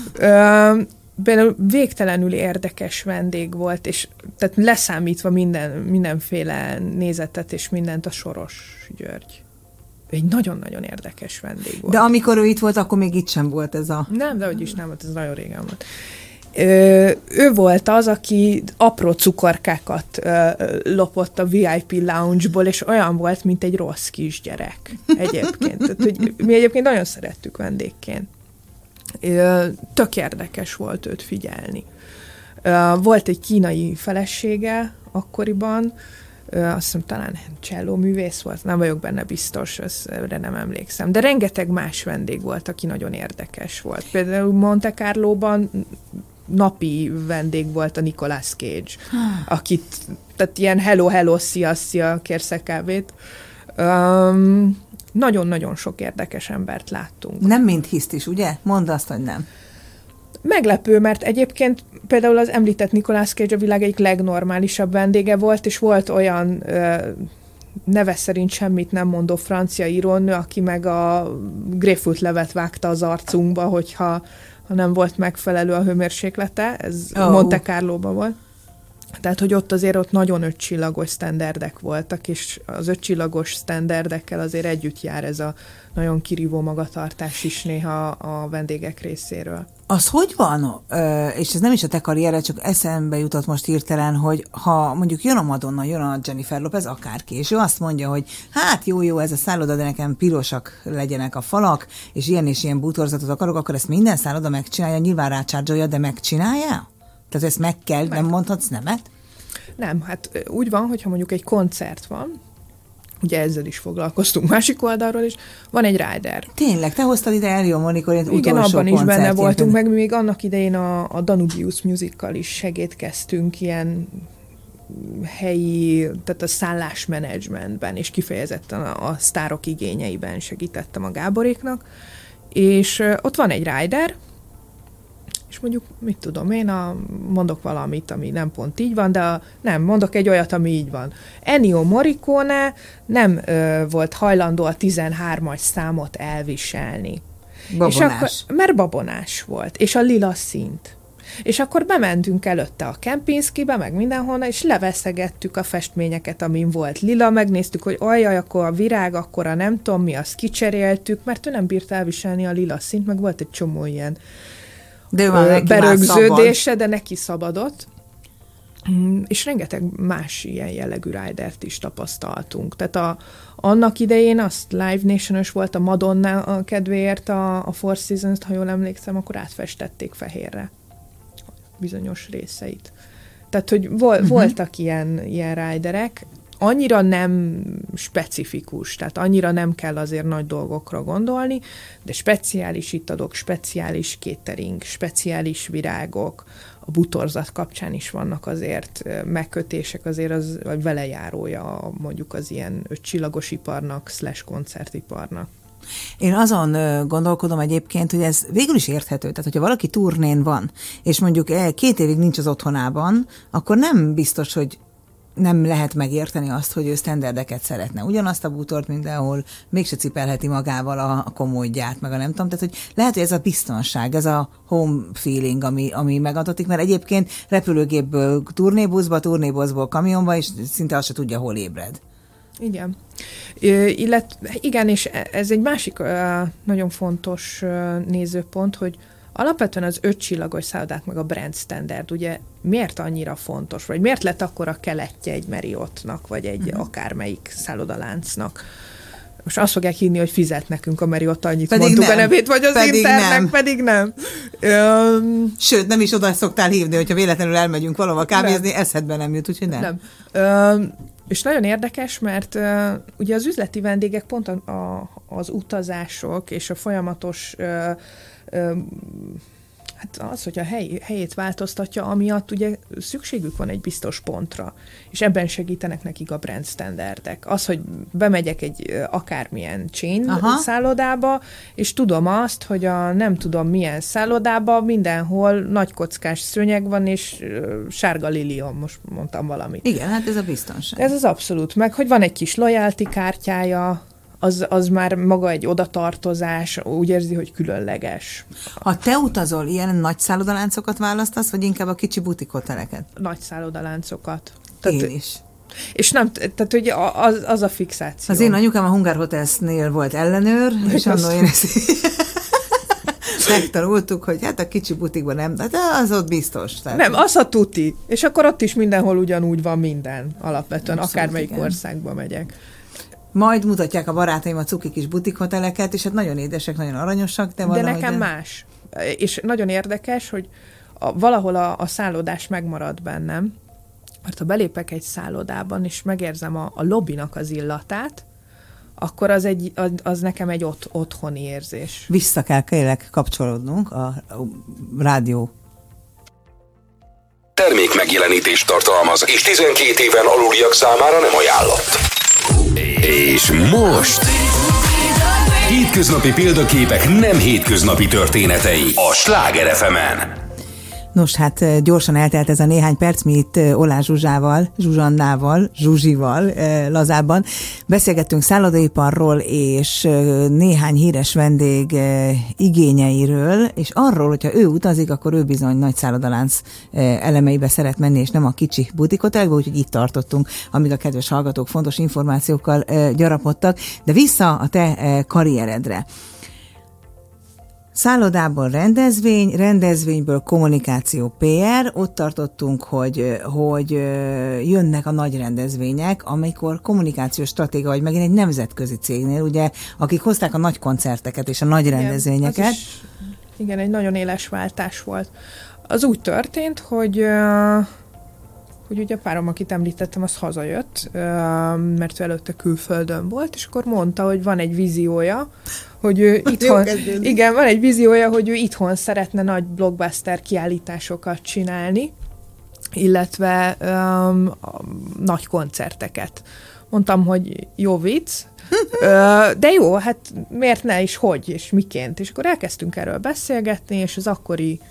Például végtelenül érdekes vendég volt, és tehát leszámítva mindenféle nézetet és mindent, a Soros György. Egy nagyon-nagyon érdekes vendég volt. De amikor ő itt volt, akkor még itt sem volt ez a... Nem, de úgyis nem volt, ez nagyon régen volt. Ő volt az, aki apró cukorkákat lopott a VIP lounge-ból, és olyan volt, mint egy rossz kisgyerek egyébként. Tehát, hogy mi egyébként nagyon szerettük vendégként. Tök érdekes volt őt figyelni. Volt egy kínai felesége akkoriban, azt hiszem talán cselló művész volt, nem vagyok benne biztos, erre nem emlékszem. De rengeteg más vendég volt, aki nagyon érdekes volt. Például Monte Carlóban napi vendég volt a Nicolas Cage, akit, tehát ilyen hello, szia, kérsz kávét. Nagyon-nagyon sok érdekes embert láttunk. Nem mind hiszt is, ugye? Mondd azt, hogy nem. Meglepő, mert egyébként például az említett Nicolas Cage a világ egyik legnormálisabb vendége volt, és volt olyan neve szerint semmit nem mondó francia írónő, aki meg a grapefruit levet vágta az arcunkba, hogyha nem volt megfelelő a hőmérséklete. Ez Monte Carlóban volt. Tehát, hogy ott nagyon 5 csillagos sztenderdek voltak, és az 5 csillagos sztenderdekkel azért együtt jár ez a nagyon kirívó magatartás is néha a vendégek részéről. Az hogy van, és ez nem is a te karriered, csak eszembe jutott most hirtelen, hogy ha mondjuk jön a Madonna, jön a Jennifer Lopez, akárki, és ő azt mondja, hogy hát jó, ez a szálloda, de nekem pirosak legyenek a falak, és ilyen bútorzatot akarok, akkor ezt minden szálloda megcsinálja, nyilván rácsárgyolja, de megcsinálja? Tehát ezt meg kell, nem mondhatsz nemet? Nem, hát úgy van, hogyha mondjuk egy koncert van, ugye ezzel is foglalkoztunk másik oldalról is, van egy rider. Tényleg, te hoztad ide Elio Monikor utolsó igen, abban is benne voltunk, meg mi még annak idején a Danubius Musical is segítkeztünk ilyen helyi, tehát a szállásmenedzsmentben, és kifejezetten a sztárok igényeiben segítettem a Gáboréknak, és ott van egy rider, és mondjuk, mit tudom én, mondok valamit, ami nem pont így van, de nem, mondok egy olyat, ami így van. Ennio Morricone nem volt hajlandó a 13-as számot elviselni. Babonás. És akkor, mert babonás volt, és a lila színt. És akkor bementünk előtte a Kempinskibe, meg mindenhonnan, és leveszegettük a festményeket, amin volt lila, megnéztük, hogy ajaj, akkor a virág, akkor a nem tudom mi, azt kicseréltük, mert ő nem bírt elviselni a lila színt, meg volt egy csomó ilyen berögződése, de neki szabadott. És rengeteg más ilyen jellegű ridert is tapasztaltunk. Tehát annak idején azt Live Nation-ös volt, a Madonna kedvéért a Four Seasons-t, ha jól emlékszem, akkor átfestették fehérre bizonyos részeit. Tehát, hogy voltak ilyen riderek, annyira nem specifikus, tehát annyira nem kell azért nagy dolgokra gondolni, de speciális italok, speciális catering, speciális virágok, a butorzat kapcsán is vannak azért megkötések, azért az vagy velejárója mondjuk az ilyen 5 csillagos iparnak, / koncertiparnak. Én azon gondolkodom egyébként, hogy ez végül is érthető. Tehát, hogyha valaki turnén van, és mondjuk 2 évig nincs az otthonában, akkor nem biztos, hogy nem lehet megérteni azt, hogy ő sztenderdeket szeretne. Ugyanazt a bútort mindenhol mégse cipelheti magával a komódját, meg a nem tudom. Tehát, hogy lehet, hogy ez a biztonság, ez a home feeling, ami megadatik, mert egyébként repülőgépből turnébuszból kamionba, és szinte azt se tudja, hol ébred. Igen. Igen, és ez egy másik nagyon fontos nézőpont, hogy alapvetően az 5 csillagos szállodák meg a brand standard, ugye miért annyira fontos, vagy miért lett akkora keletje egy Marriottnak, vagy egy akármelyik szállodaláncnak? Most azt fogják hinni, hogy fizet nekünk a Marriott, annyit pedig mondtuk nem. A nevét, vagy az Internek, pedig nem. Sőt, nem is oda szoktál hívni, hogyha véletlenül elmegyünk valahova kávézni, eszedbe nem jut, úgyhogy nem. És nagyon érdekes, mert ugye az üzleti vendégek pont az utazások és a folyamatos hát az, hogy a helyét változtatja, amiatt ugye szükségük van egy biztos pontra, és ebben segítenek nekik a brand standardek. Az, hogy bemegyek egy akármilyen chain szállodába, és tudom azt, hogy a nem tudom milyen szállodába mindenhol nagy kockás szőnyeg van, és sárga lilium, most mondtam valamit. Igen, hát ez a biztonság. Ez az abszolút. Meg, hogy van egy kis loyalty kártyája, az már maga egy odatartozás, úgy érzi, hogy különleges. Ha te utazol, ilyen nagy szállodaláncokat választasz, vagy inkább a kicsi butikhoteleket? Nagy szállodaláncokat. Én is. És nem, tehát ugye az a fixáció. Az én anyukám a Hungar Hotelsnél volt ellenőr, és annól én ezt megtanultuk, hogy hát a kicsi butikban nem, de az ott biztos. Tehát nem, az a tuti. És akkor ott is mindenhol ugyanúgy van minden alapvetően, abszolút, akármelyik igen. Országba megyek. Majd mutatják a barátaim a cuki kis butikhoteleket, és hát nagyon édesek, nagyon aranyosak, de valahogy... De nekem más. És nagyon érdekes, hogy valahol a szállodás megmarad bennem, mert ha belépek egy szállodában, és megérzem a lobbynak az illatát, akkor az nekem egy otthoni érzés. Vissza kell kérlek kapcsolódnunk a rádió. Termék megjelenítést tartalmaz, és 12 éven aluliak számára nem ajánlott. És most hétköznapi példaképek nem hétköznapi történetei a Sláger FM-en. Nos, hát gyorsan eltelt ez a néhány perc, mi itt Olás Zsuzsannával, Zsuzsival lazábban beszélgettünk szállodaiparról és néhány híres vendég igényeiről, és arról, hogyha ő utazik, akkor ő bizony nagy szállodalánc elemeibe szeret menni, és nem a kicsi butikhotelbe, úgyhogy itt tartottunk, amíg a kedves hallgatók fontos információkkal gyarapodtak, de vissza a te karrieredre. Szállodából rendezvényből kommunikáció, PR, ott tartottunk, hogy jönnek a nagy rendezvények, amikor kommunikációs stratégia, vagy megint egy nemzetközi cégnél, ugye, akik hozták a nagy koncerteket és a nagy rendezvényeket. Igen, egy nagyon éles váltás volt. Az úgy történt, hogy ugye a párom, akit említettem, az hazajött, mert ő előtte külföldön volt, és akkor mondta, hogy van egy víziója, hogy ő itthon, igen, van egy víziója, hogy ő itthon szeretne nagy blockbuster kiállításokat csinálni, illetve nagy koncerteket. Mondtam, hogy jó vicc, de jó, hát miért ne, és hogy, és miként. És akkor elkezdtünk erről beszélgetni, és az akkori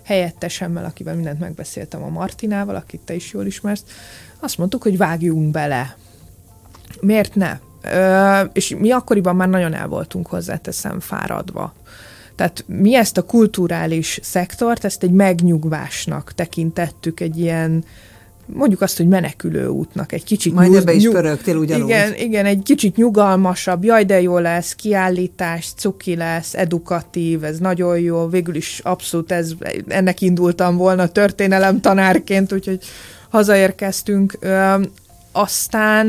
helyettesemmel, akivel mindent megbeszéltem, a Martinával, akit te is jól ismersz, azt mondtuk, hogy vágjunk bele. Miért ne? És mi akkoriban már nagyon el voltunk hozzáteszem fáradva. Tehát mi ezt a kulturális szektort, ezt egy megnyugvásnak tekintettük, egy ilyen, mondjuk azt, hogy menekülő útnak, egy kicsit... Majd ebbe is pörögtél ugyanúgy. Igen, egy kicsit nyugalmasabb, jaj, de jó lesz, kiállítás, cuki lesz, edukatív, ez nagyon jó, végül is abszolút ennek indultam volna történelem tanárként, úgyhogy hazaérkeztünk. Aztán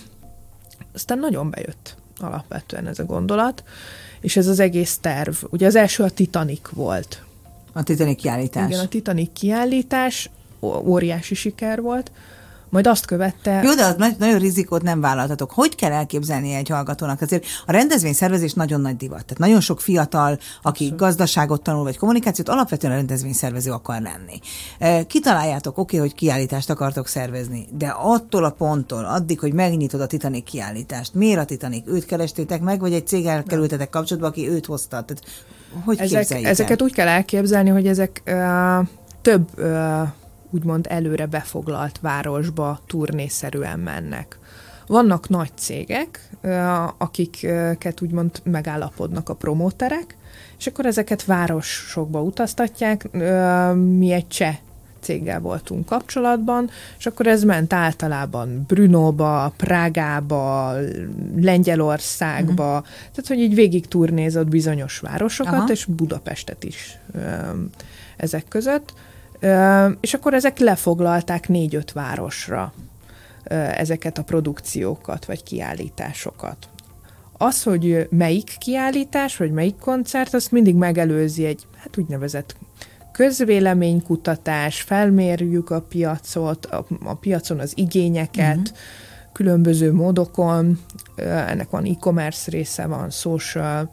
nagyon bejött alapvetően ez a gondolat, és ez az egész terv. Ugye az első a Titanic volt. A Titanic kiállítás. Igen, a Titanic kiállítás óriási siker volt, majd azt követte... Jó, de az nagyon rizikót nem vállaltatok. Hogy kell elképzelni egy hallgatónak? Azért a rendezvényszervezés nagyon nagy divat. Tehát nagyon sok fiatal, aki gazdaságot tanul, vagy kommunikációt, alapvetően a rendezvényszervező akar lenni. Kitaláljátok, oké, hogy kiállítást akartok szervezni, de attól a ponttól, addig, hogy megnyitod a Titanic kiállítást, miért a Titanic? Őt kerestétek meg, vagy egy céggel kerültetek kapcsolatba, aki őt hozta? Tehát hogy képzeljétek? Ezeket úgy kell elképzelni, hogy ezek több... úgymond előre befoglalt városba turnészerűen mennek. Vannak nagy cégek, akiket úgymond megállapodnak a promóterek, és akkor ezeket városokba utaztatják. Mi egy cseh céggel voltunk kapcsolatban, és akkor ez ment általában Brnóba, Prágába, Lengyelországba, tehát hogy így végig turnézott bizonyos városokat, és Budapestet is ezek között. És akkor ezek lefoglalták 4-5 városra ezeket a produkciókat, vagy kiállításokat. Az, hogy melyik kiállítás, vagy melyik koncert, azt mindig megelőzi egy úgynevezett közvéleménykutatás, felmérjük a piacot, a piacon az igényeket, különböző módokon, ennek van e-commerce része, van social,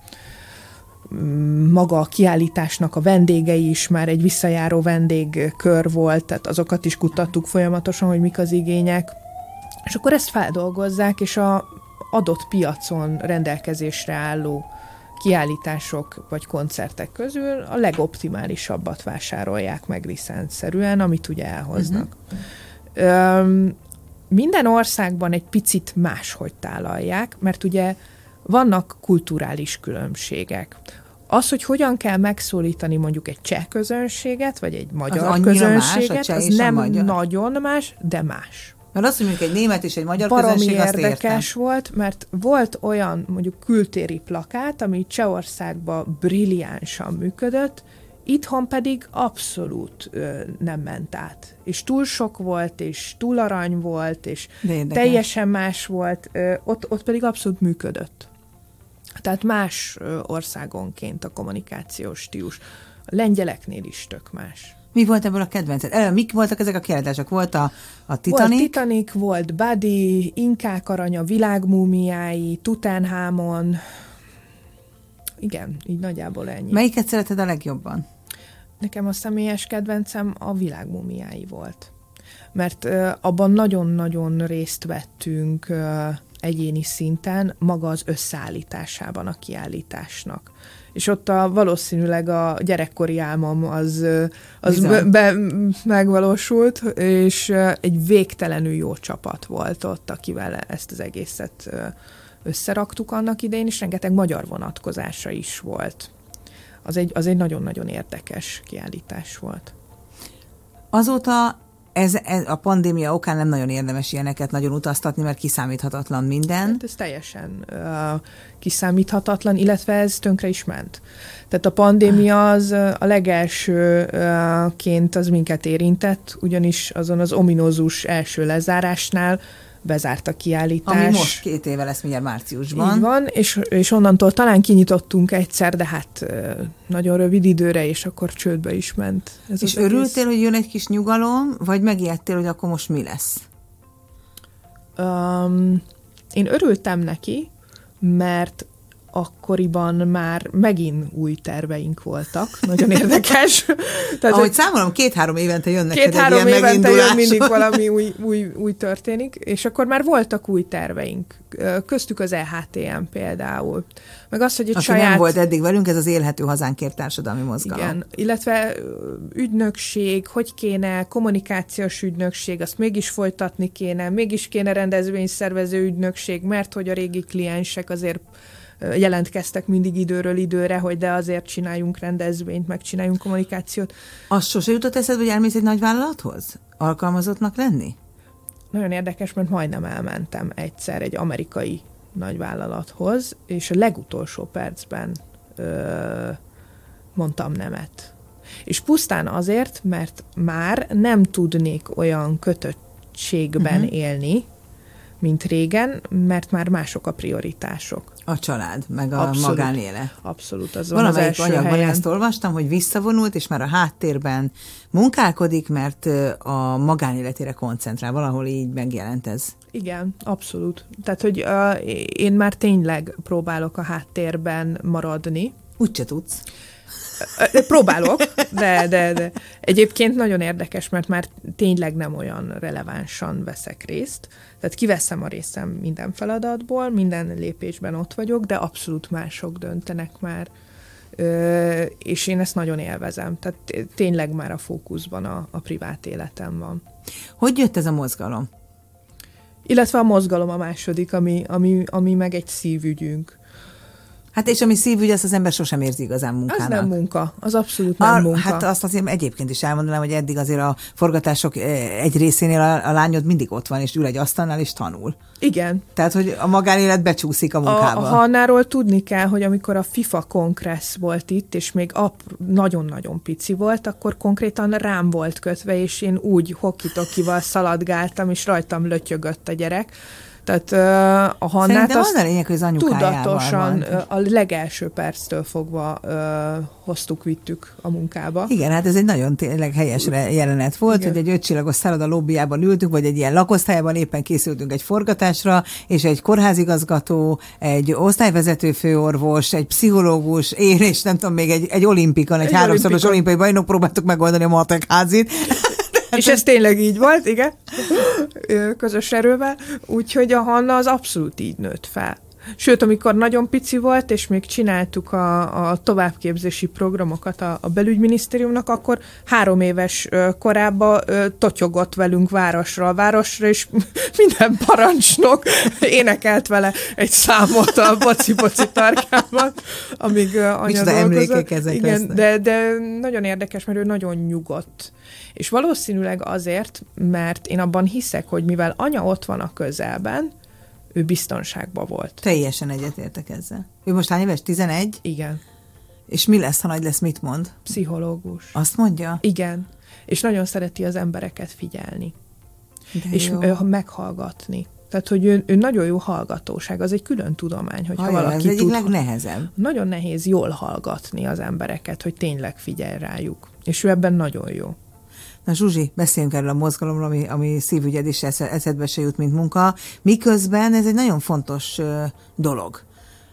maga a kiállításnak a vendégei is már egy visszajáró vendégkör volt, tehát azokat is kutattuk folyamatosan, hogy mik az igények, és akkor ezt feldolgozzák, és az adott piacon rendelkezésre álló kiállítások vagy koncertek közül a legoptimálisabbat vásárolják meg licencszerűen, amit ugye elhoznak. Minden országban egy picit máshogy tálalják, mert ugye vannak kulturális különbségek. Az, hogy hogyan kell megszólítani mondjuk egy cseh közönséget, vagy egy magyar közönséget, az nem nagyon más, de más. Mert azt, hogy mondjuk egy német és egy magyar közönség, azt értem. Érdekes volt, mert volt olyan mondjuk kültéri plakát, ami Csehországban brilliánsan működött, itthon pedig abszolút nem ment át. És túl sok volt, és túl arany volt, és teljesen más volt, ott pedig abszolút működött. Tehát más országonként a kommunikációs stílus. A lengyeleknél is tök más. Mi volt ebből a kedvenced? Mik voltak ezek a kiállítások? Volt a Titanic? Volt Titanic, volt Buddy, Inkák aranya, világmúmiái, Tutanhamon. Igen, így nagyjából ennyi. Melyiket szereted a legjobban? Nekem a személyes kedvencem a világmúmiái volt. Mert abban nagyon-nagyon részt vettünk egyéni szinten maga az összeállításában a kiállításnak. És ott valószínűleg a gyerekkori álmom az megvalósult, és egy végtelenül jó csapat volt ott, akivel ezt az egészet összeraktuk annak idején, és rengeteg magyar vonatkozása is volt. Az egy nagyon-nagyon érdekes kiállítás volt. Azóta ez a pandémia okán nem nagyon érdemes ilyeneket nagyon utaztatni, mert kiszámíthatatlan minden. Hát ez teljesen kiszámíthatatlan, illetve ez tönkre is ment. Tehát a pandémia az a legelsőként az minket érintett, ugyanis azon az ominózus első lezárásnál bezárt a kiállítás. Ami most 2 éve lesz mindjárt márciusban. Így van, és onnantól talán kinyitottunk egyszer, de hát nagyon rövid időre, és akkor csődbe is ment. És örültél, hogy jön egy kis nyugalom, vagy megijedtél, hogy akkor most mi lesz? Én örültem neki, mert akkoriban már megint új terveink voltak. Nagyon érdekes. Tehát, ahogy számolom, 2-3 évente jönnek egy ilyen 2-3 évente jön mindig megindulás. valami új történik, és akkor már voltak új terveink. Köztük az EHTM például. Meg az, hogy egy saját... nem volt eddig velünk, ez az Élhető Hazánkért társadalmi mozgalom. Igen, illetve ügynökség, hogy kéne, kommunikációs ügynökség, azt mégis folytatni kéne, mégis kéne rendezvényszervező ügynökség, mert hogy a régi kliensek azért jelentkeztek mindig időről időre, hogy de azért csináljunk rendezvényt, meg csináljunk kommunikációt. Az sose jutott eszedbe, hogy elmész egy nagyvállalathoz? Alkalmazottnak lenni? Nagyon érdekes, mert majdnem elmentem egyszer egy amerikai nagyvállalathoz, és a legutolsó percben mondtam nemet. És pusztán azért, mert már nem tudnék olyan kötöttségben élni, mint régen, mert már mások a prioritások. A család, meg a magánélet. Abszolút, az van az első anyagban helyen. Ezt olvastam, hogy visszavonult, és már a háttérben munkálkodik, mert a magánéletére koncentrál. Valahol így megjelent ez. Igen, abszolút. Tehát, hogy én már tényleg próbálok a háttérben maradni. Úgyse tudsz. Próbálok, de egyébként nagyon érdekes, mert már tényleg nem olyan relevánsan veszek részt. Tehát kiveszem a részem minden feladatból, minden lépésben ott vagyok, de abszolút mások döntenek már. És én ezt nagyon élvezem. Tehát tényleg már a fókuszban a privát életem van. Hogy jött ez a mozgalom? Illetve a mozgalom a második, ami meg egy szívügyünk. Hát és ami szívügy, azt az ember sosem érzi igazán munkának. Az nem munka, az abszolút nem munka. Hát azt azért egyébként is elmondanám, hogy eddig azért a forgatások egy részénél a lányod mindig ott van, és ül egy asztalnál, és tanul. Igen. Tehát, hogy a magánélet becsúszik a munkába. A Hannáról tudni kell, hogy amikor a FIFA Kongressz volt itt, és még nagyon-nagyon pici volt, akkor konkrétan rám volt kötve, és én úgy hokitokival szaladgáltam, és rajtam lötyögött a gyerek. Tehát a Hannát az a lényeg, hogy az anyukájával tudatosan van. A legelső perctől fogva vittük a munkába. Igen, hát ez egy nagyon tényleg helyes jelenet volt, igen. Hogy egy 5 csillagos szálloda lobbyjában ültünk, vagy egy ilyen lakosztályban éppen készültünk egy forgatásra, és egy kórházigazgató, egy osztályvezető főorvos, egy pszichológus, én és nem tudom, még egy olimpikon, egy 3-szoros olimpiai bajnok próbáltuk megoldani a matek házit. És ez tényleg így volt, igen, közös erővel, úgyhogy a Hanna az abszolút így nőtt fel. Sőt, amikor nagyon pici volt, és még csináltuk a továbbképzési programokat a belügyminisztériumnak, akkor 3 éves korában totyogott velünk városra, és minden parancsnok énekelt vele egy számot a boci-boci tarkában, amíg anya dolgozott. Igen, de nagyon érdekes, mert ő nagyon nyugodt. És valószínűleg azért, mert én abban hiszek, hogy mivel anya ott van a közelben, ő biztonságban volt. Teljesen egyetértek ezzel. Ő most hány éves? 11? Igen. És mi lesz, ha nagy lesz, mit mond? Pszichológus. Azt mondja? Igen. És nagyon szereti az embereket figyelni. De és meghallgatni. Tehát, hogy ő nagyon jó hallgatóság, az egy külön tudomány, hogyha valaki ez egyik legnehezebb. Nagyon nehéz jól hallgatni az embereket, hogy tényleg figyelj rájuk. És ő ebben nagyon jó. Na Zsuzsi, beszéljünk erről a mozgalomról, ami szívügyed is eszedbe se jut, mint munka. Miközben ez egy nagyon fontos dolog.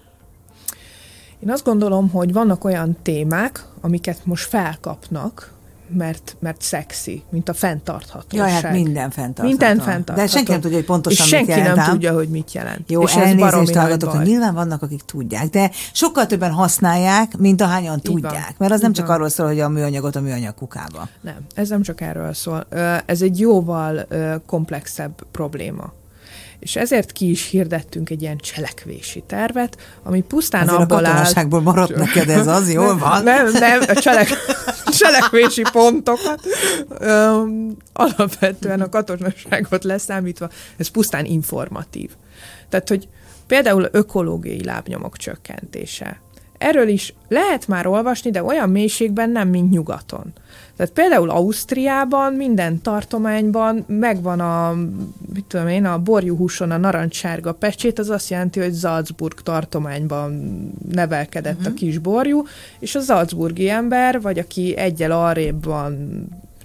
Én azt gondolom, hogy vannak olyan témák, amiket most felkapnak, mert szexi, mint a fenntarthatóság. Jaj, hát minden fenntartható. Minden fenntartható. De senki nem tudja, hogy pontosan és mit jelent. senki nem tudja, hogy mit jelent. Jó, és elnézést hallgatok, hogy nyilván vannak, akik tudják, de sokkal többen használják, mint ahányan tudják. Mert az nem csak arról szól, hogy a műanyagot a műanyag kukába. Nem, ez nem csak erről szól. Ez egy jóval komplexebb probléma. És ezért ki is hirdettünk egy ilyen cselekvési tervet, ami pusztán azért abból áll... a katonaságból maradt neked ez, az jól van? Nem, a cselekvési pontokat. Alapvetően a katonaságot leszámítva, ez pusztán informatív. Tehát, hogy például ökológiai lábnyomok csökkentése. Erről is lehet már olvasni, de olyan mélységben nem, mint nyugaton. Tehát például Ausztriában minden tartományban megvan a borjúhúson a narancssárga pecsét, az azt jelenti, hogy Salzburg tartományban nevelkedett a kis borjú, és a salzburgi ember, vagy aki eggyel arrébb van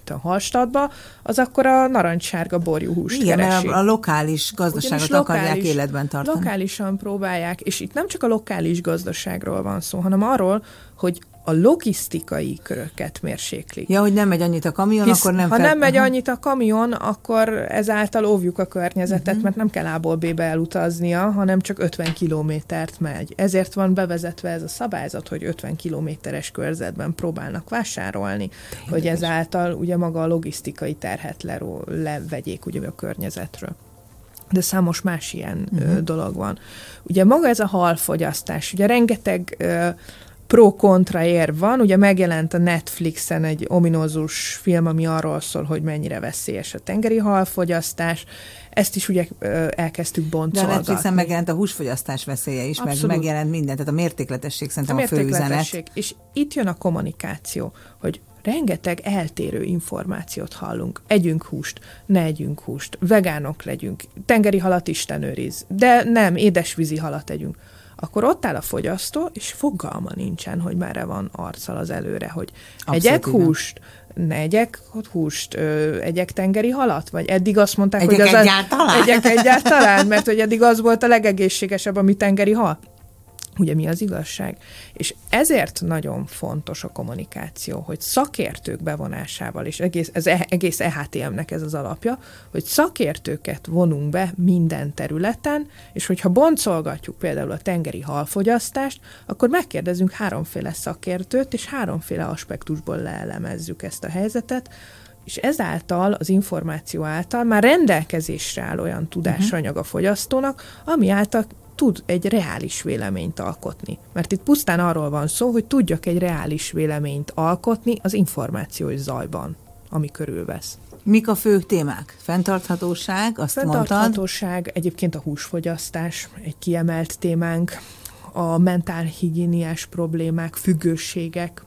a Hallstattba, az akkor a narancssárga borjúhúst keresi. Mert a lokális gazdaságot akarják életben tartani. Lokálisan próbálják, és itt nem csak a lokális gazdaságról van szó, hanem arról, hogy a logisztikai köröket mérséklik. Ja, hogy nem megy annyit a kamion, akkor nem... Ha nem megy annyit a kamion, akkor ezáltal óvjuk a környezetet, mert nem kell A-ból B-be elutaznia, hanem csak 50 kilométert megy. Ezért van bevezetve ez a szabályzat, hogy 50 kilométeres körzetben próbálnak vásárolni, hogy ezáltal ugye maga a logisztikai terhet levegyék ugye a környezetről. De számos más ilyen dolog van. Ugye maga ez a halfogyasztás, ugye rengeteg pro-kontra érv van, ugye megjelent a Netflixen egy ominózus film, ami arról szól, hogy mennyire veszélyes a tengeri halfogyasztás. Ezt is ugye elkezdtük boncolgatni. De a Netflixen megjelent a húsfogyasztás veszélye is, meg megjelent minden, tehát a mértékletesség szerintem a főüzenet. És itt jön a kommunikáció, hogy rengeteg eltérő információt hallunk. Együnk húst, ne együnk húst, vegánok legyünk, tengeri halat Isten őriz, de nem, édesvízi halat együnk. Akkor ott áll a fogyasztó, és fogalma nincsen, hogy merre van arccal az előre, hogy egyek húst, ne egyek húst, egyek tengeri halat? Vagy eddig azt mondták, egyek hogy egyáltalán? Egyáltalán, mert hogy eddig az volt a legegészségesebb, ami tengeri hal. Ugye mi az igazság? És ezért nagyon fontos a kommunikáció, hogy szakértők bevonásával, és egész EHTM-nek ez az alapja, hogy szakértőket vonunk be minden területen, és hogyha boncolgatjuk például a tengeri halfogyasztást, akkor megkérdezünk 3 szakértőt, és 3 aspektusból leelemezzük ezt a helyzetet, és ezáltal, az információ által már rendelkezésre áll olyan tudásanyag a fogyasztónak, ami által tud egy reális véleményt alkotni. Mert itt pusztán arról van szó, hogy tudjak egy reális véleményt alkotni az információs zajban, ami körülvesz. Mik a fő témák? Fenntarthatóság, azt mondtad? Fenntarthatóság, egyébként a húsfogyasztás egy kiemelt témánk, a mentálhigiéniás problémák, függőségek.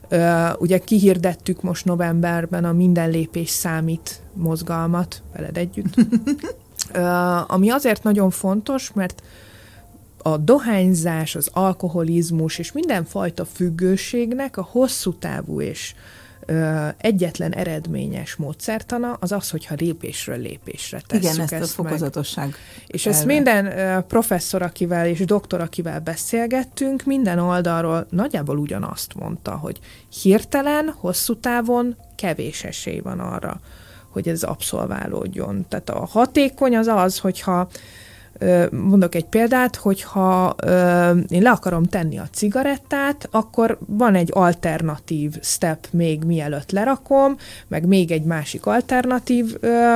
Ugye kihirdettük most novemberben a Minden lépés számít mozgalmat, veled együtt, ami azért nagyon fontos, mert a dohányzás, az alkoholizmus és mindenfajta függőségnek a hosszú távú és egyetlen eredményes módszertana az az, hogyha lépésről lépésre tesszük. Igen, ezt a fokozatosság. És ezt minden professzor, akivel és doktor, akivel beszélgettünk, minden oldalról nagyjából ugyanazt mondta, hogy hirtelen, hosszú távon kevés esély van arra, hogy ez abszolválódjon. Tehát a hatékony az az, hogyha mondok egy példát, hogyha én le akarom tenni a cigarettát, akkor van egy alternatív step még mielőtt lerakom, meg még egy másik alternatív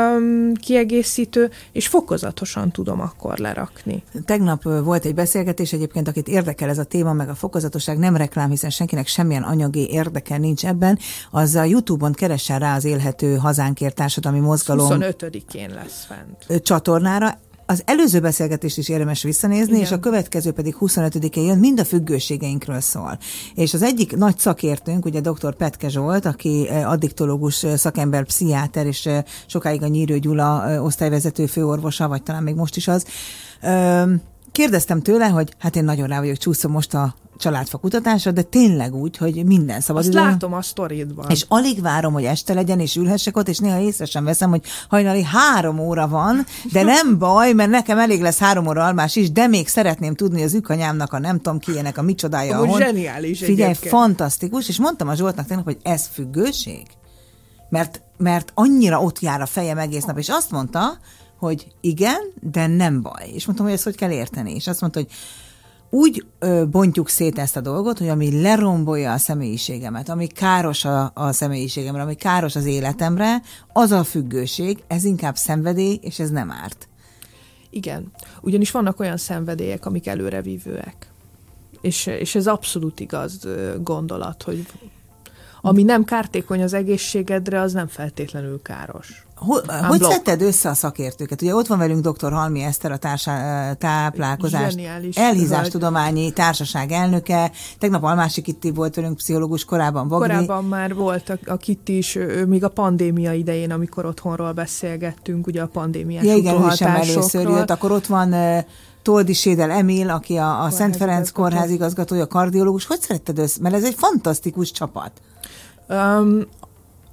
kiegészítő, és fokozatosan tudom akkor lerakni. Tegnap volt egy beszélgetés egyébként, akit érdekel ez a téma, meg a fokozatosság, nem reklám, hiszen senkinek semmilyen anyagi érdeke nincs ebben, az a YouTube-on keressen rá az Élhető Hazánkért társadalmi mozgalom 25-én lesz fent csatornára. Az előző beszélgetést is érdemes visszanézni, igen. És a következő pedig 25-én jön, mind a függőségeinkről szól. És az egyik nagy szakértőnk, ugye dr. Petke Zsolt, aki addiktológus szakember, pszichiáter, és sokáig a Nyírő Gyula osztályvezető főorvosa, vagy talán még most is az. Kérdeztem tőle, hogy hát én nagyon rá vagyok csúszom most a családfa kutatásra, de tényleg úgy, hogy minden szabadidő. Azt látom a sztoridban. És alig várom, hogy este legyen, és ülhessek ott, és néha észre sem veszem, hogy hajnali 3 óra van, de nem baj, mert nekem elég lesz 3 óra almás is, de még szeretném tudni az ükanyámnak a nem tudom ki ilyenek a micsodája. Zseniális. Figyelj, fantasztikus, és mondtam a Zsoltnak tegnap, hogy ez függőség? Mert annyira ott jár a fejem egész nap, és azt mondta, hogy igen, de nem baj. És mondtam, hogy ezt hogy kell érteni. És azt mondta, hogy úgy bontjuk szét ezt a dolgot, hogy ami lerombolja a személyiségemet, ami káros a személyiségemre, ami káros az életemre, az a függőség, ez inkább szenvedély, és ez nem árt. Igen, ugyanis vannak olyan szenvedélyek, amik előrevívőek. És ez abszolút igaz gondolat, hogy ami nem kártékony az egészségedre, az nem feltétlenül káros. Hogy szedted össze a szakértőket? Ugye ott van velünk dr. Halmi Eszter, a táplálkozás elhízástudományi társaság elnöke. Tegnap Almási Kitti volt velünk, pszichológus, korábban Vagni. Korábban már volt a Kitti is, még a pandémia idején, amikor otthonról beszélgettünk, ugye a pandémiás utolhatásokról. Először jött, akkor ott van Toldi Sédel Emil, aki a Szent Ferenc kórház igazgatója, kardiológus. Hogy szeretted össze? Mert ez egy fantasztikus csapat.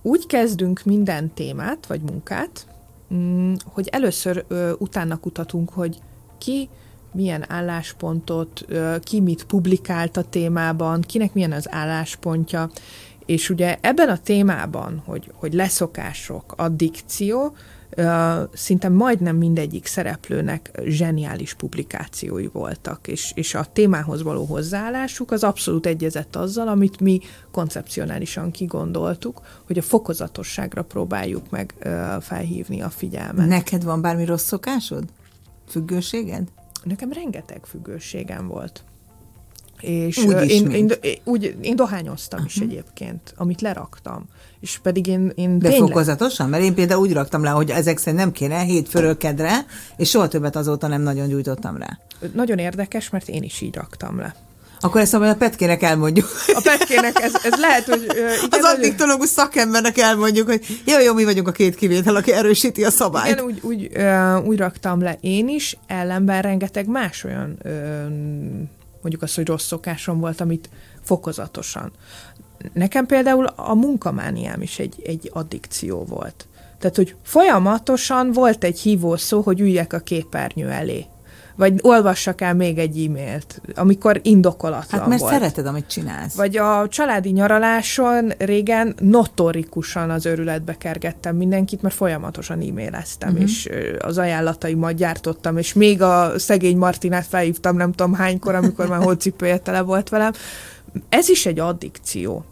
úgy kezdünk minden témát, vagy munkát, hogy először utána kutatunk, hogy ki milyen álláspontot, ki mit publikált a témában, kinek milyen az álláspontja, és ugye ebben a témában, hogy leszokások, addikció, szinte majdnem mindegyik szereplőnek zseniális publikációi voltak, és a témához való hozzáállásuk az abszolút egyezett azzal, amit mi koncepcionálisan kigondoltuk, hogy a fokozatosságra próbáljuk meg felhívni a figyelmet. Neked van bármi rossz szokásod? Függőséged? Nekem rengeteg függőségem volt. És én dohányoztam is egyébként, amit leraktam. És pedig én de fokozatosan? Mert én például úgy raktam le, hogy ezek szerint nem kéne hétfőről kedre, és soha többet azóta nem nagyon gyújtottam rá. Nagyon érdekes, mert én is így raktam le. Akkor ezt a Petkének elmondjuk. A Petkének ez lehet, hogy... Igen, az addiktológus szakembernek elmondjuk, hogy jó, mi vagyunk a két kivétel, aki erősíti a szabályt. Igen, úgy raktam le én is, ellenben rengeteg más olyan, mondjuk azt, hogy rossz szokásom volt, amit fokozatosan. Nekem például a munkamániám is egy addikció volt. Tehát, hogy folyamatosan volt egy hívószó, hogy üljek a képernyő elé. Vagy olvassak el még egy e-mailt, amikor indokolatlan hát mert volt. szereted, amit csinálsz. Vagy a családi nyaraláson régen notorikusan az őrületbe kergettem mindenkit, mert folyamatosan e-maileztem, és az ajánlataimat gyártottam, és még a szegény Martinát felhívtam nem tudom hánykor, amikor már hócipője tele volt velem. Ez is egy addikció.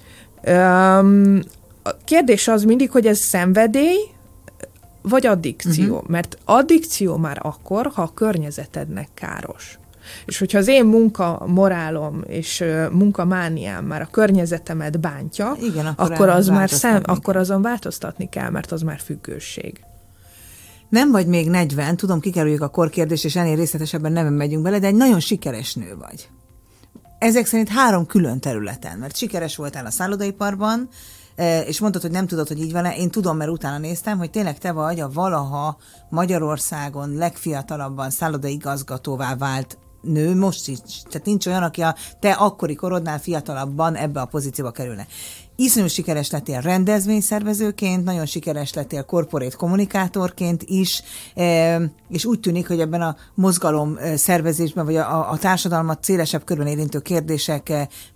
A kérdés az mindig, hogy ez szenvedély, vagy addikció. Mert addikció már akkor, ha a környezetednek káros. És hogyha az én munkamorálom és munkamániám már a környezetemet bántja, igen, akkor azon változtatni kell, mert az már függőség. Nem vagy még 40, tudom, kikerüljük a korkérdést, és ennél részletesebben nem megyünk bele, de egy nagyon sikeres nő vagy. Ezek szerint 3 külön területen, mert sikeres voltál a szállodaiparban, és mondtad, hogy nem tudod, hogy így van-e. Én tudom, mert utána néztem, hogy tényleg te vagy a valaha Magyarországon legfiatalabban szállodaigazgatóvá vált nő, most is. Tehát nincs olyan, aki a te akkori korodnál fiatalabban ebbe a pozícióba kerülne. Iszonyú sikeres lettél rendezvényszervezőként, nagyon sikeres lettél korporét kommunikátorként is, és úgy tűnik, hogy ebben a mozgalom szervezésben, vagy a társadalmat szélesebb körben érintő kérdések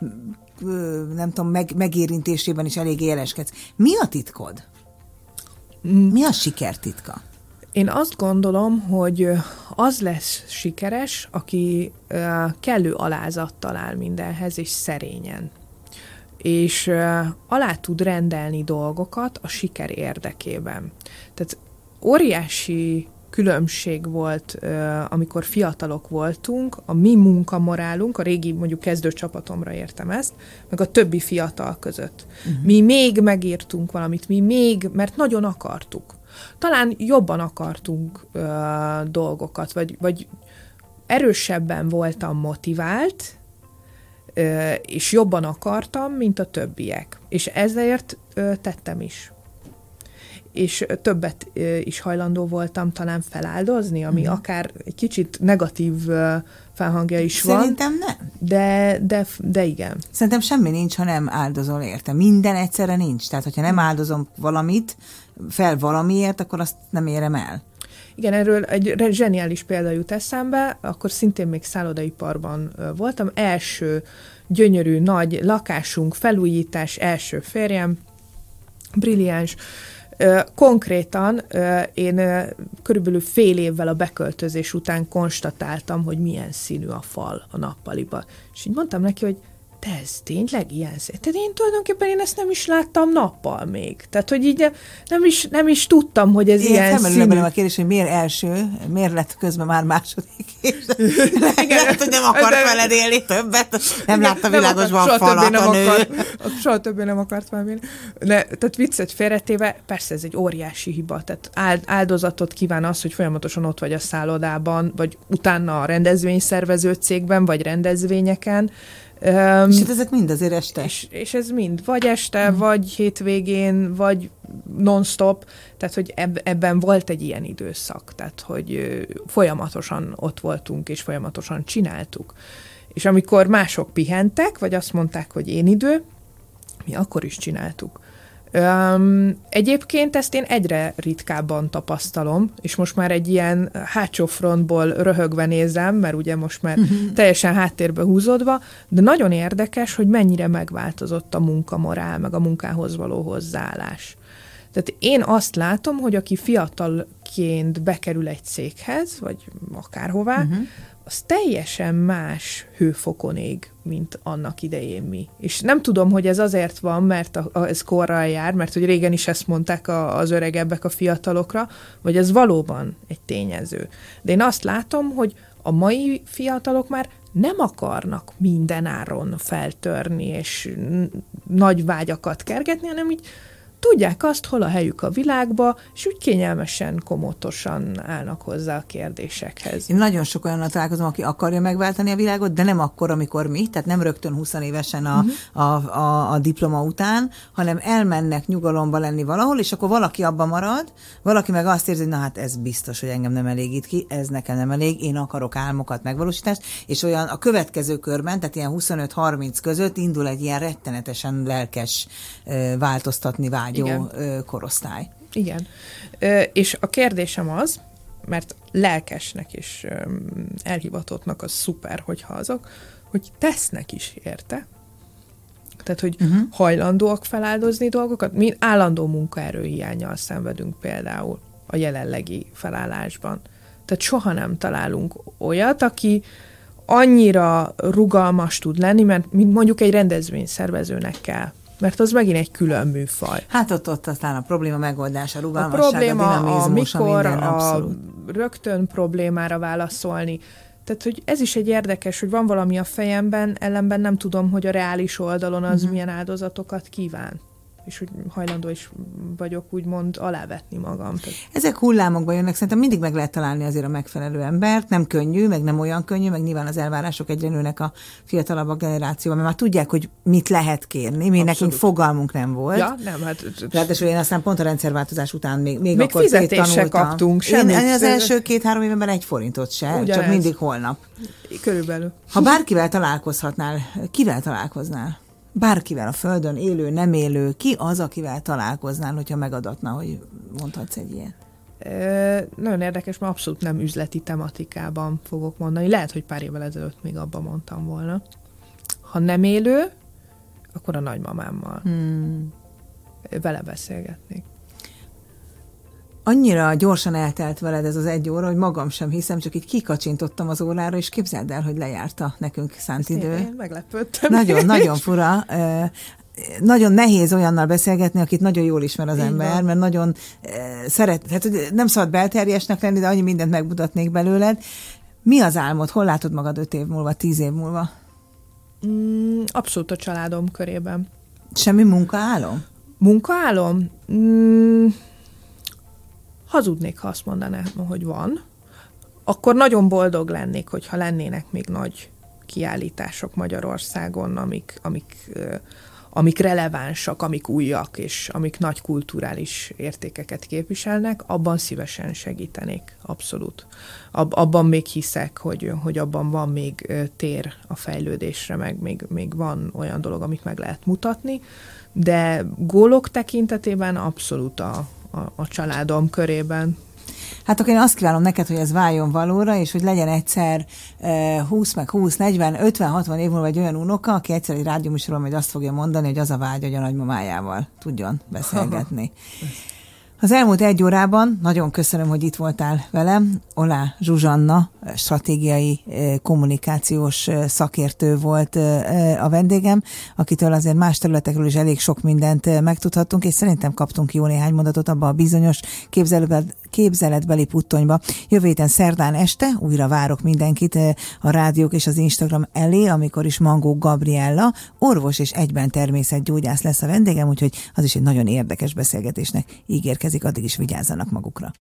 nem tudom, megérintésében is eléggé jeleskedsz. Mi a titkod? Mi a siker titka? Én azt gondolom, hogy az lesz sikeres, aki kellő alázattal áll mindenhez, és szerényen. És alá tud rendelni dolgokat a siker érdekében. Tehát óriási különbség volt, amikor fiatalok voltunk, a mi munkamorálunk, a régi mondjuk kezdőcsapatomra értem ezt, meg a többi fiatal között. Mi még megírtunk valamit, mert nagyon akartuk. Talán jobban akartunk dolgokat, vagy erősebben voltam motivált, és jobban akartam, mint a többiek. És ezért tettem is. És többet is hajlandó voltam talán feláldozni, ami akár egy kicsit negatív felhangja is van. Szerintem nem. De igen. Szerintem semmi nincs, ha nem áldozol érte. Minden egyszerre nincs. Tehát, hogyha nem áldozom valamit fel valamiért, akkor azt nem érem el. Igen, erről egy zseniális példa jut eszembe, akkor szintén még szállodaiparban voltam. Első gyönyörű, nagy lakásunk, felújítás, első férjem, brilliáns. Konkrétan én körülbelül fél évvel a beköltözés után konstatáltam, hogy milyen színű a fal a nappaliba. És így mondtam neki, hogy te ez tényleg ilyen szép? Tehát én tulajdonképpen ezt nem is láttam nappal még. Tehát, hogy így nem is tudtam, hogy ez ilyen színű. Igen, a kérdés, hogy miért lett közben már második? Lehet, hogy nem akart veled élni többet, nem látta világosban a falat a nő. Soha többé nem akart már élni. Tehát viccet félretéve, persze ez egy óriási hiba. Tehát áldozatot kíván az, hogy folyamatosan ott vagy a szállodában, vagy utána a rendezvényszervező cégben, vagy rendezvényeken. És ezek mind azért este? És ez mind. Vagy este, vagy hétvégén, vagy non-stop. Tehát, hogy ebben volt egy ilyen időszak. Tehát, hogy folyamatosan ott voltunk, és folyamatosan csináltuk. És amikor mások pihentek, vagy azt mondták, hogy én idő, mi akkor is csináltuk. Egyébként ezt én egyre ritkábban tapasztalom, és most már egy ilyen hátsó frontból röhögve nézem, mert ugye most már teljesen háttérbe húzódva, de nagyon érdekes, hogy mennyire megváltozott a munkamorál, meg a munkához való hozzáállás. Tehát én azt látom, hogy aki fiatalként bekerül egy céghez, vagy akárhová, az teljesen más hőfokon ég, mint annak idején mi. És nem tudom, hogy ez azért van, mert ez korral jár, mert hogy régen is ezt mondták az öregebbek a fiatalokra, vagy ez valóban egy tényező. De én azt látom, hogy a mai fiatalok már nem akarnak mindenáron feltörni, és nagy vágyakat kergetni, hanem így tudják azt, hol a helyük a világba, és úgy kényelmesen, komótosan állnak hozzá a kérdésekhez. Én nagyon sok olyannal találkozom, aki akarja megváltani a világot, de nem akkor, amikor mi, tehát nem rögtön 20 évesen a diploma után, hanem elmennek nyugalomba lenni valahol, és akkor valaki abban marad, valaki meg azt érzi, hogy na hát ez biztos, hogy engem nem elégít ki, ez nekem nem elég, én akarok álmokat, megvalósítást, és olyan a következő körben, tehát ilyen 25-30 között indul egy ilyen rettenetesen lelkes változtatni vágyó korosztály. Igen. És a kérdésem az, mert lelkesnek és elhivatottnak az szuper, hogyha azok, hogy tesznek is érte. Tehát, hogy hajlandóak feláldozni dolgokat. Mi állandó munkaerőhiánnyal szenvedünk például a jelenlegi felállásban. Tehát soha nem találunk olyat, aki annyira rugalmas tud lenni, mint mondjuk egy rendezvényszervezőnek kell. Mert az megint egy külön műfaj. Hát ott aztán a probléma megoldása, a rugalmasság, a dinamizmus, a rögtön problémára válaszolni. Tehát, hogy ez is egy érdekes, hogy van valami a fejemben, ellenben nem tudom, hogy a reális oldalon az milyen áldozatokat kíván. És hogy hajlandó is vagyok úgymond alávetni magam. Ezek hullámokban jönnek, szerintem mindig meg lehet találni azért a megfelelő embert, nem könnyű, meg nem olyan könnyű, meg nyilván az elvárások egyre nőnek a fiatalabbak generációban, mert már tudják, hogy mit lehet kérni, mi nekünk fogalmunk nem volt. Ja, nem, hát... Ráadásul én aztán pont a rendszerváltozás után még akkor fizetést se kaptunk, semmit. Én az első 2-3 évben 1 forintot se, ugyanez. Csak mindig holnap. Körülbelül. Ha bárkivel találkozhatnál, kivel találkoznál? Bárkivel a Földön élő, nem élő, ki az, akivel találkoznál, hogyha megadatna, hogy mondhatsz egy ilyet? Nagyon érdekes, mert abszolút nem üzleti tematikában fogok mondani. Lehet, hogy pár évvel ezelőtt még abban mondtam volna. Ha nem élő, akkor a nagymamámmal. Vele beszélgetnék. Annyira gyorsan eltelt veled ez az 1 óra, hogy magam sem hiszem, csak így kikacsintottam az órára, és képzeld el, hogy lejárta nekünk szánt idő. Én meglepődtem. Nagyon fura. Nagyon nehéz olyannal beszélgetni, akit nagyon jól ismer az ember, mert nagyon szeret, hát nem szabad belterjesnek lenni, de annyi mindent megmutatnék belőled. Mi az álmod? Hol látod magad 5 év múlva, 10 év múlva? Abszolút a családom körében. Semmi munkaálom? Munkaálom? Hazudnék, ha azt mondanám, hogy van. Akkor nagyon boldog lennék, hogyha lennének még nagy kiállítások Magyarországon, amik relevánsak, amik újak, és amik nagy kulturális értékeket képviselnek, abban szívesen segítenék, abszolút. Abban még hiszek, hogy abban van még tér a fejlődésre, meg még van olyan dolog, amit meg lehet mutatni, de gólok tekintetében abszolút a családom körében. Hát akkor én azt kívánom neked, hogy ez váljon valóra, és hogy legyen egyszer 20, meg 20, 40, 50, 60 év múlva egy olyan unoka, aki egyszer egy rádióműsorban majd azt fogja mondani, hogy az a vágy, hogy a nagymamájával tudjon beszélgetni. Az elmúlt 1 órában nagyon köszönöm, hogy itt voltál velem. Oláh Zsuzsanna, stratégiai kommunikációs szakértő volt a vendégem, akitől azért más területekről is elég sok mindent megtudhattunk, és szerintem kaptunk jó néhány mondatot abba a bizonyos képzeletbeli puttonyba. Jövő héten szerdán este újra várok mindenkit a rádiók és az Instagram elé, amikor is Mangó Gabriella, orvos és egyben természetgyógyász lesz a vendégem, úgyhogy az is egy nagyon érdekes beszélgetésnek ígérkezik, addig is vigyázzanak magukra.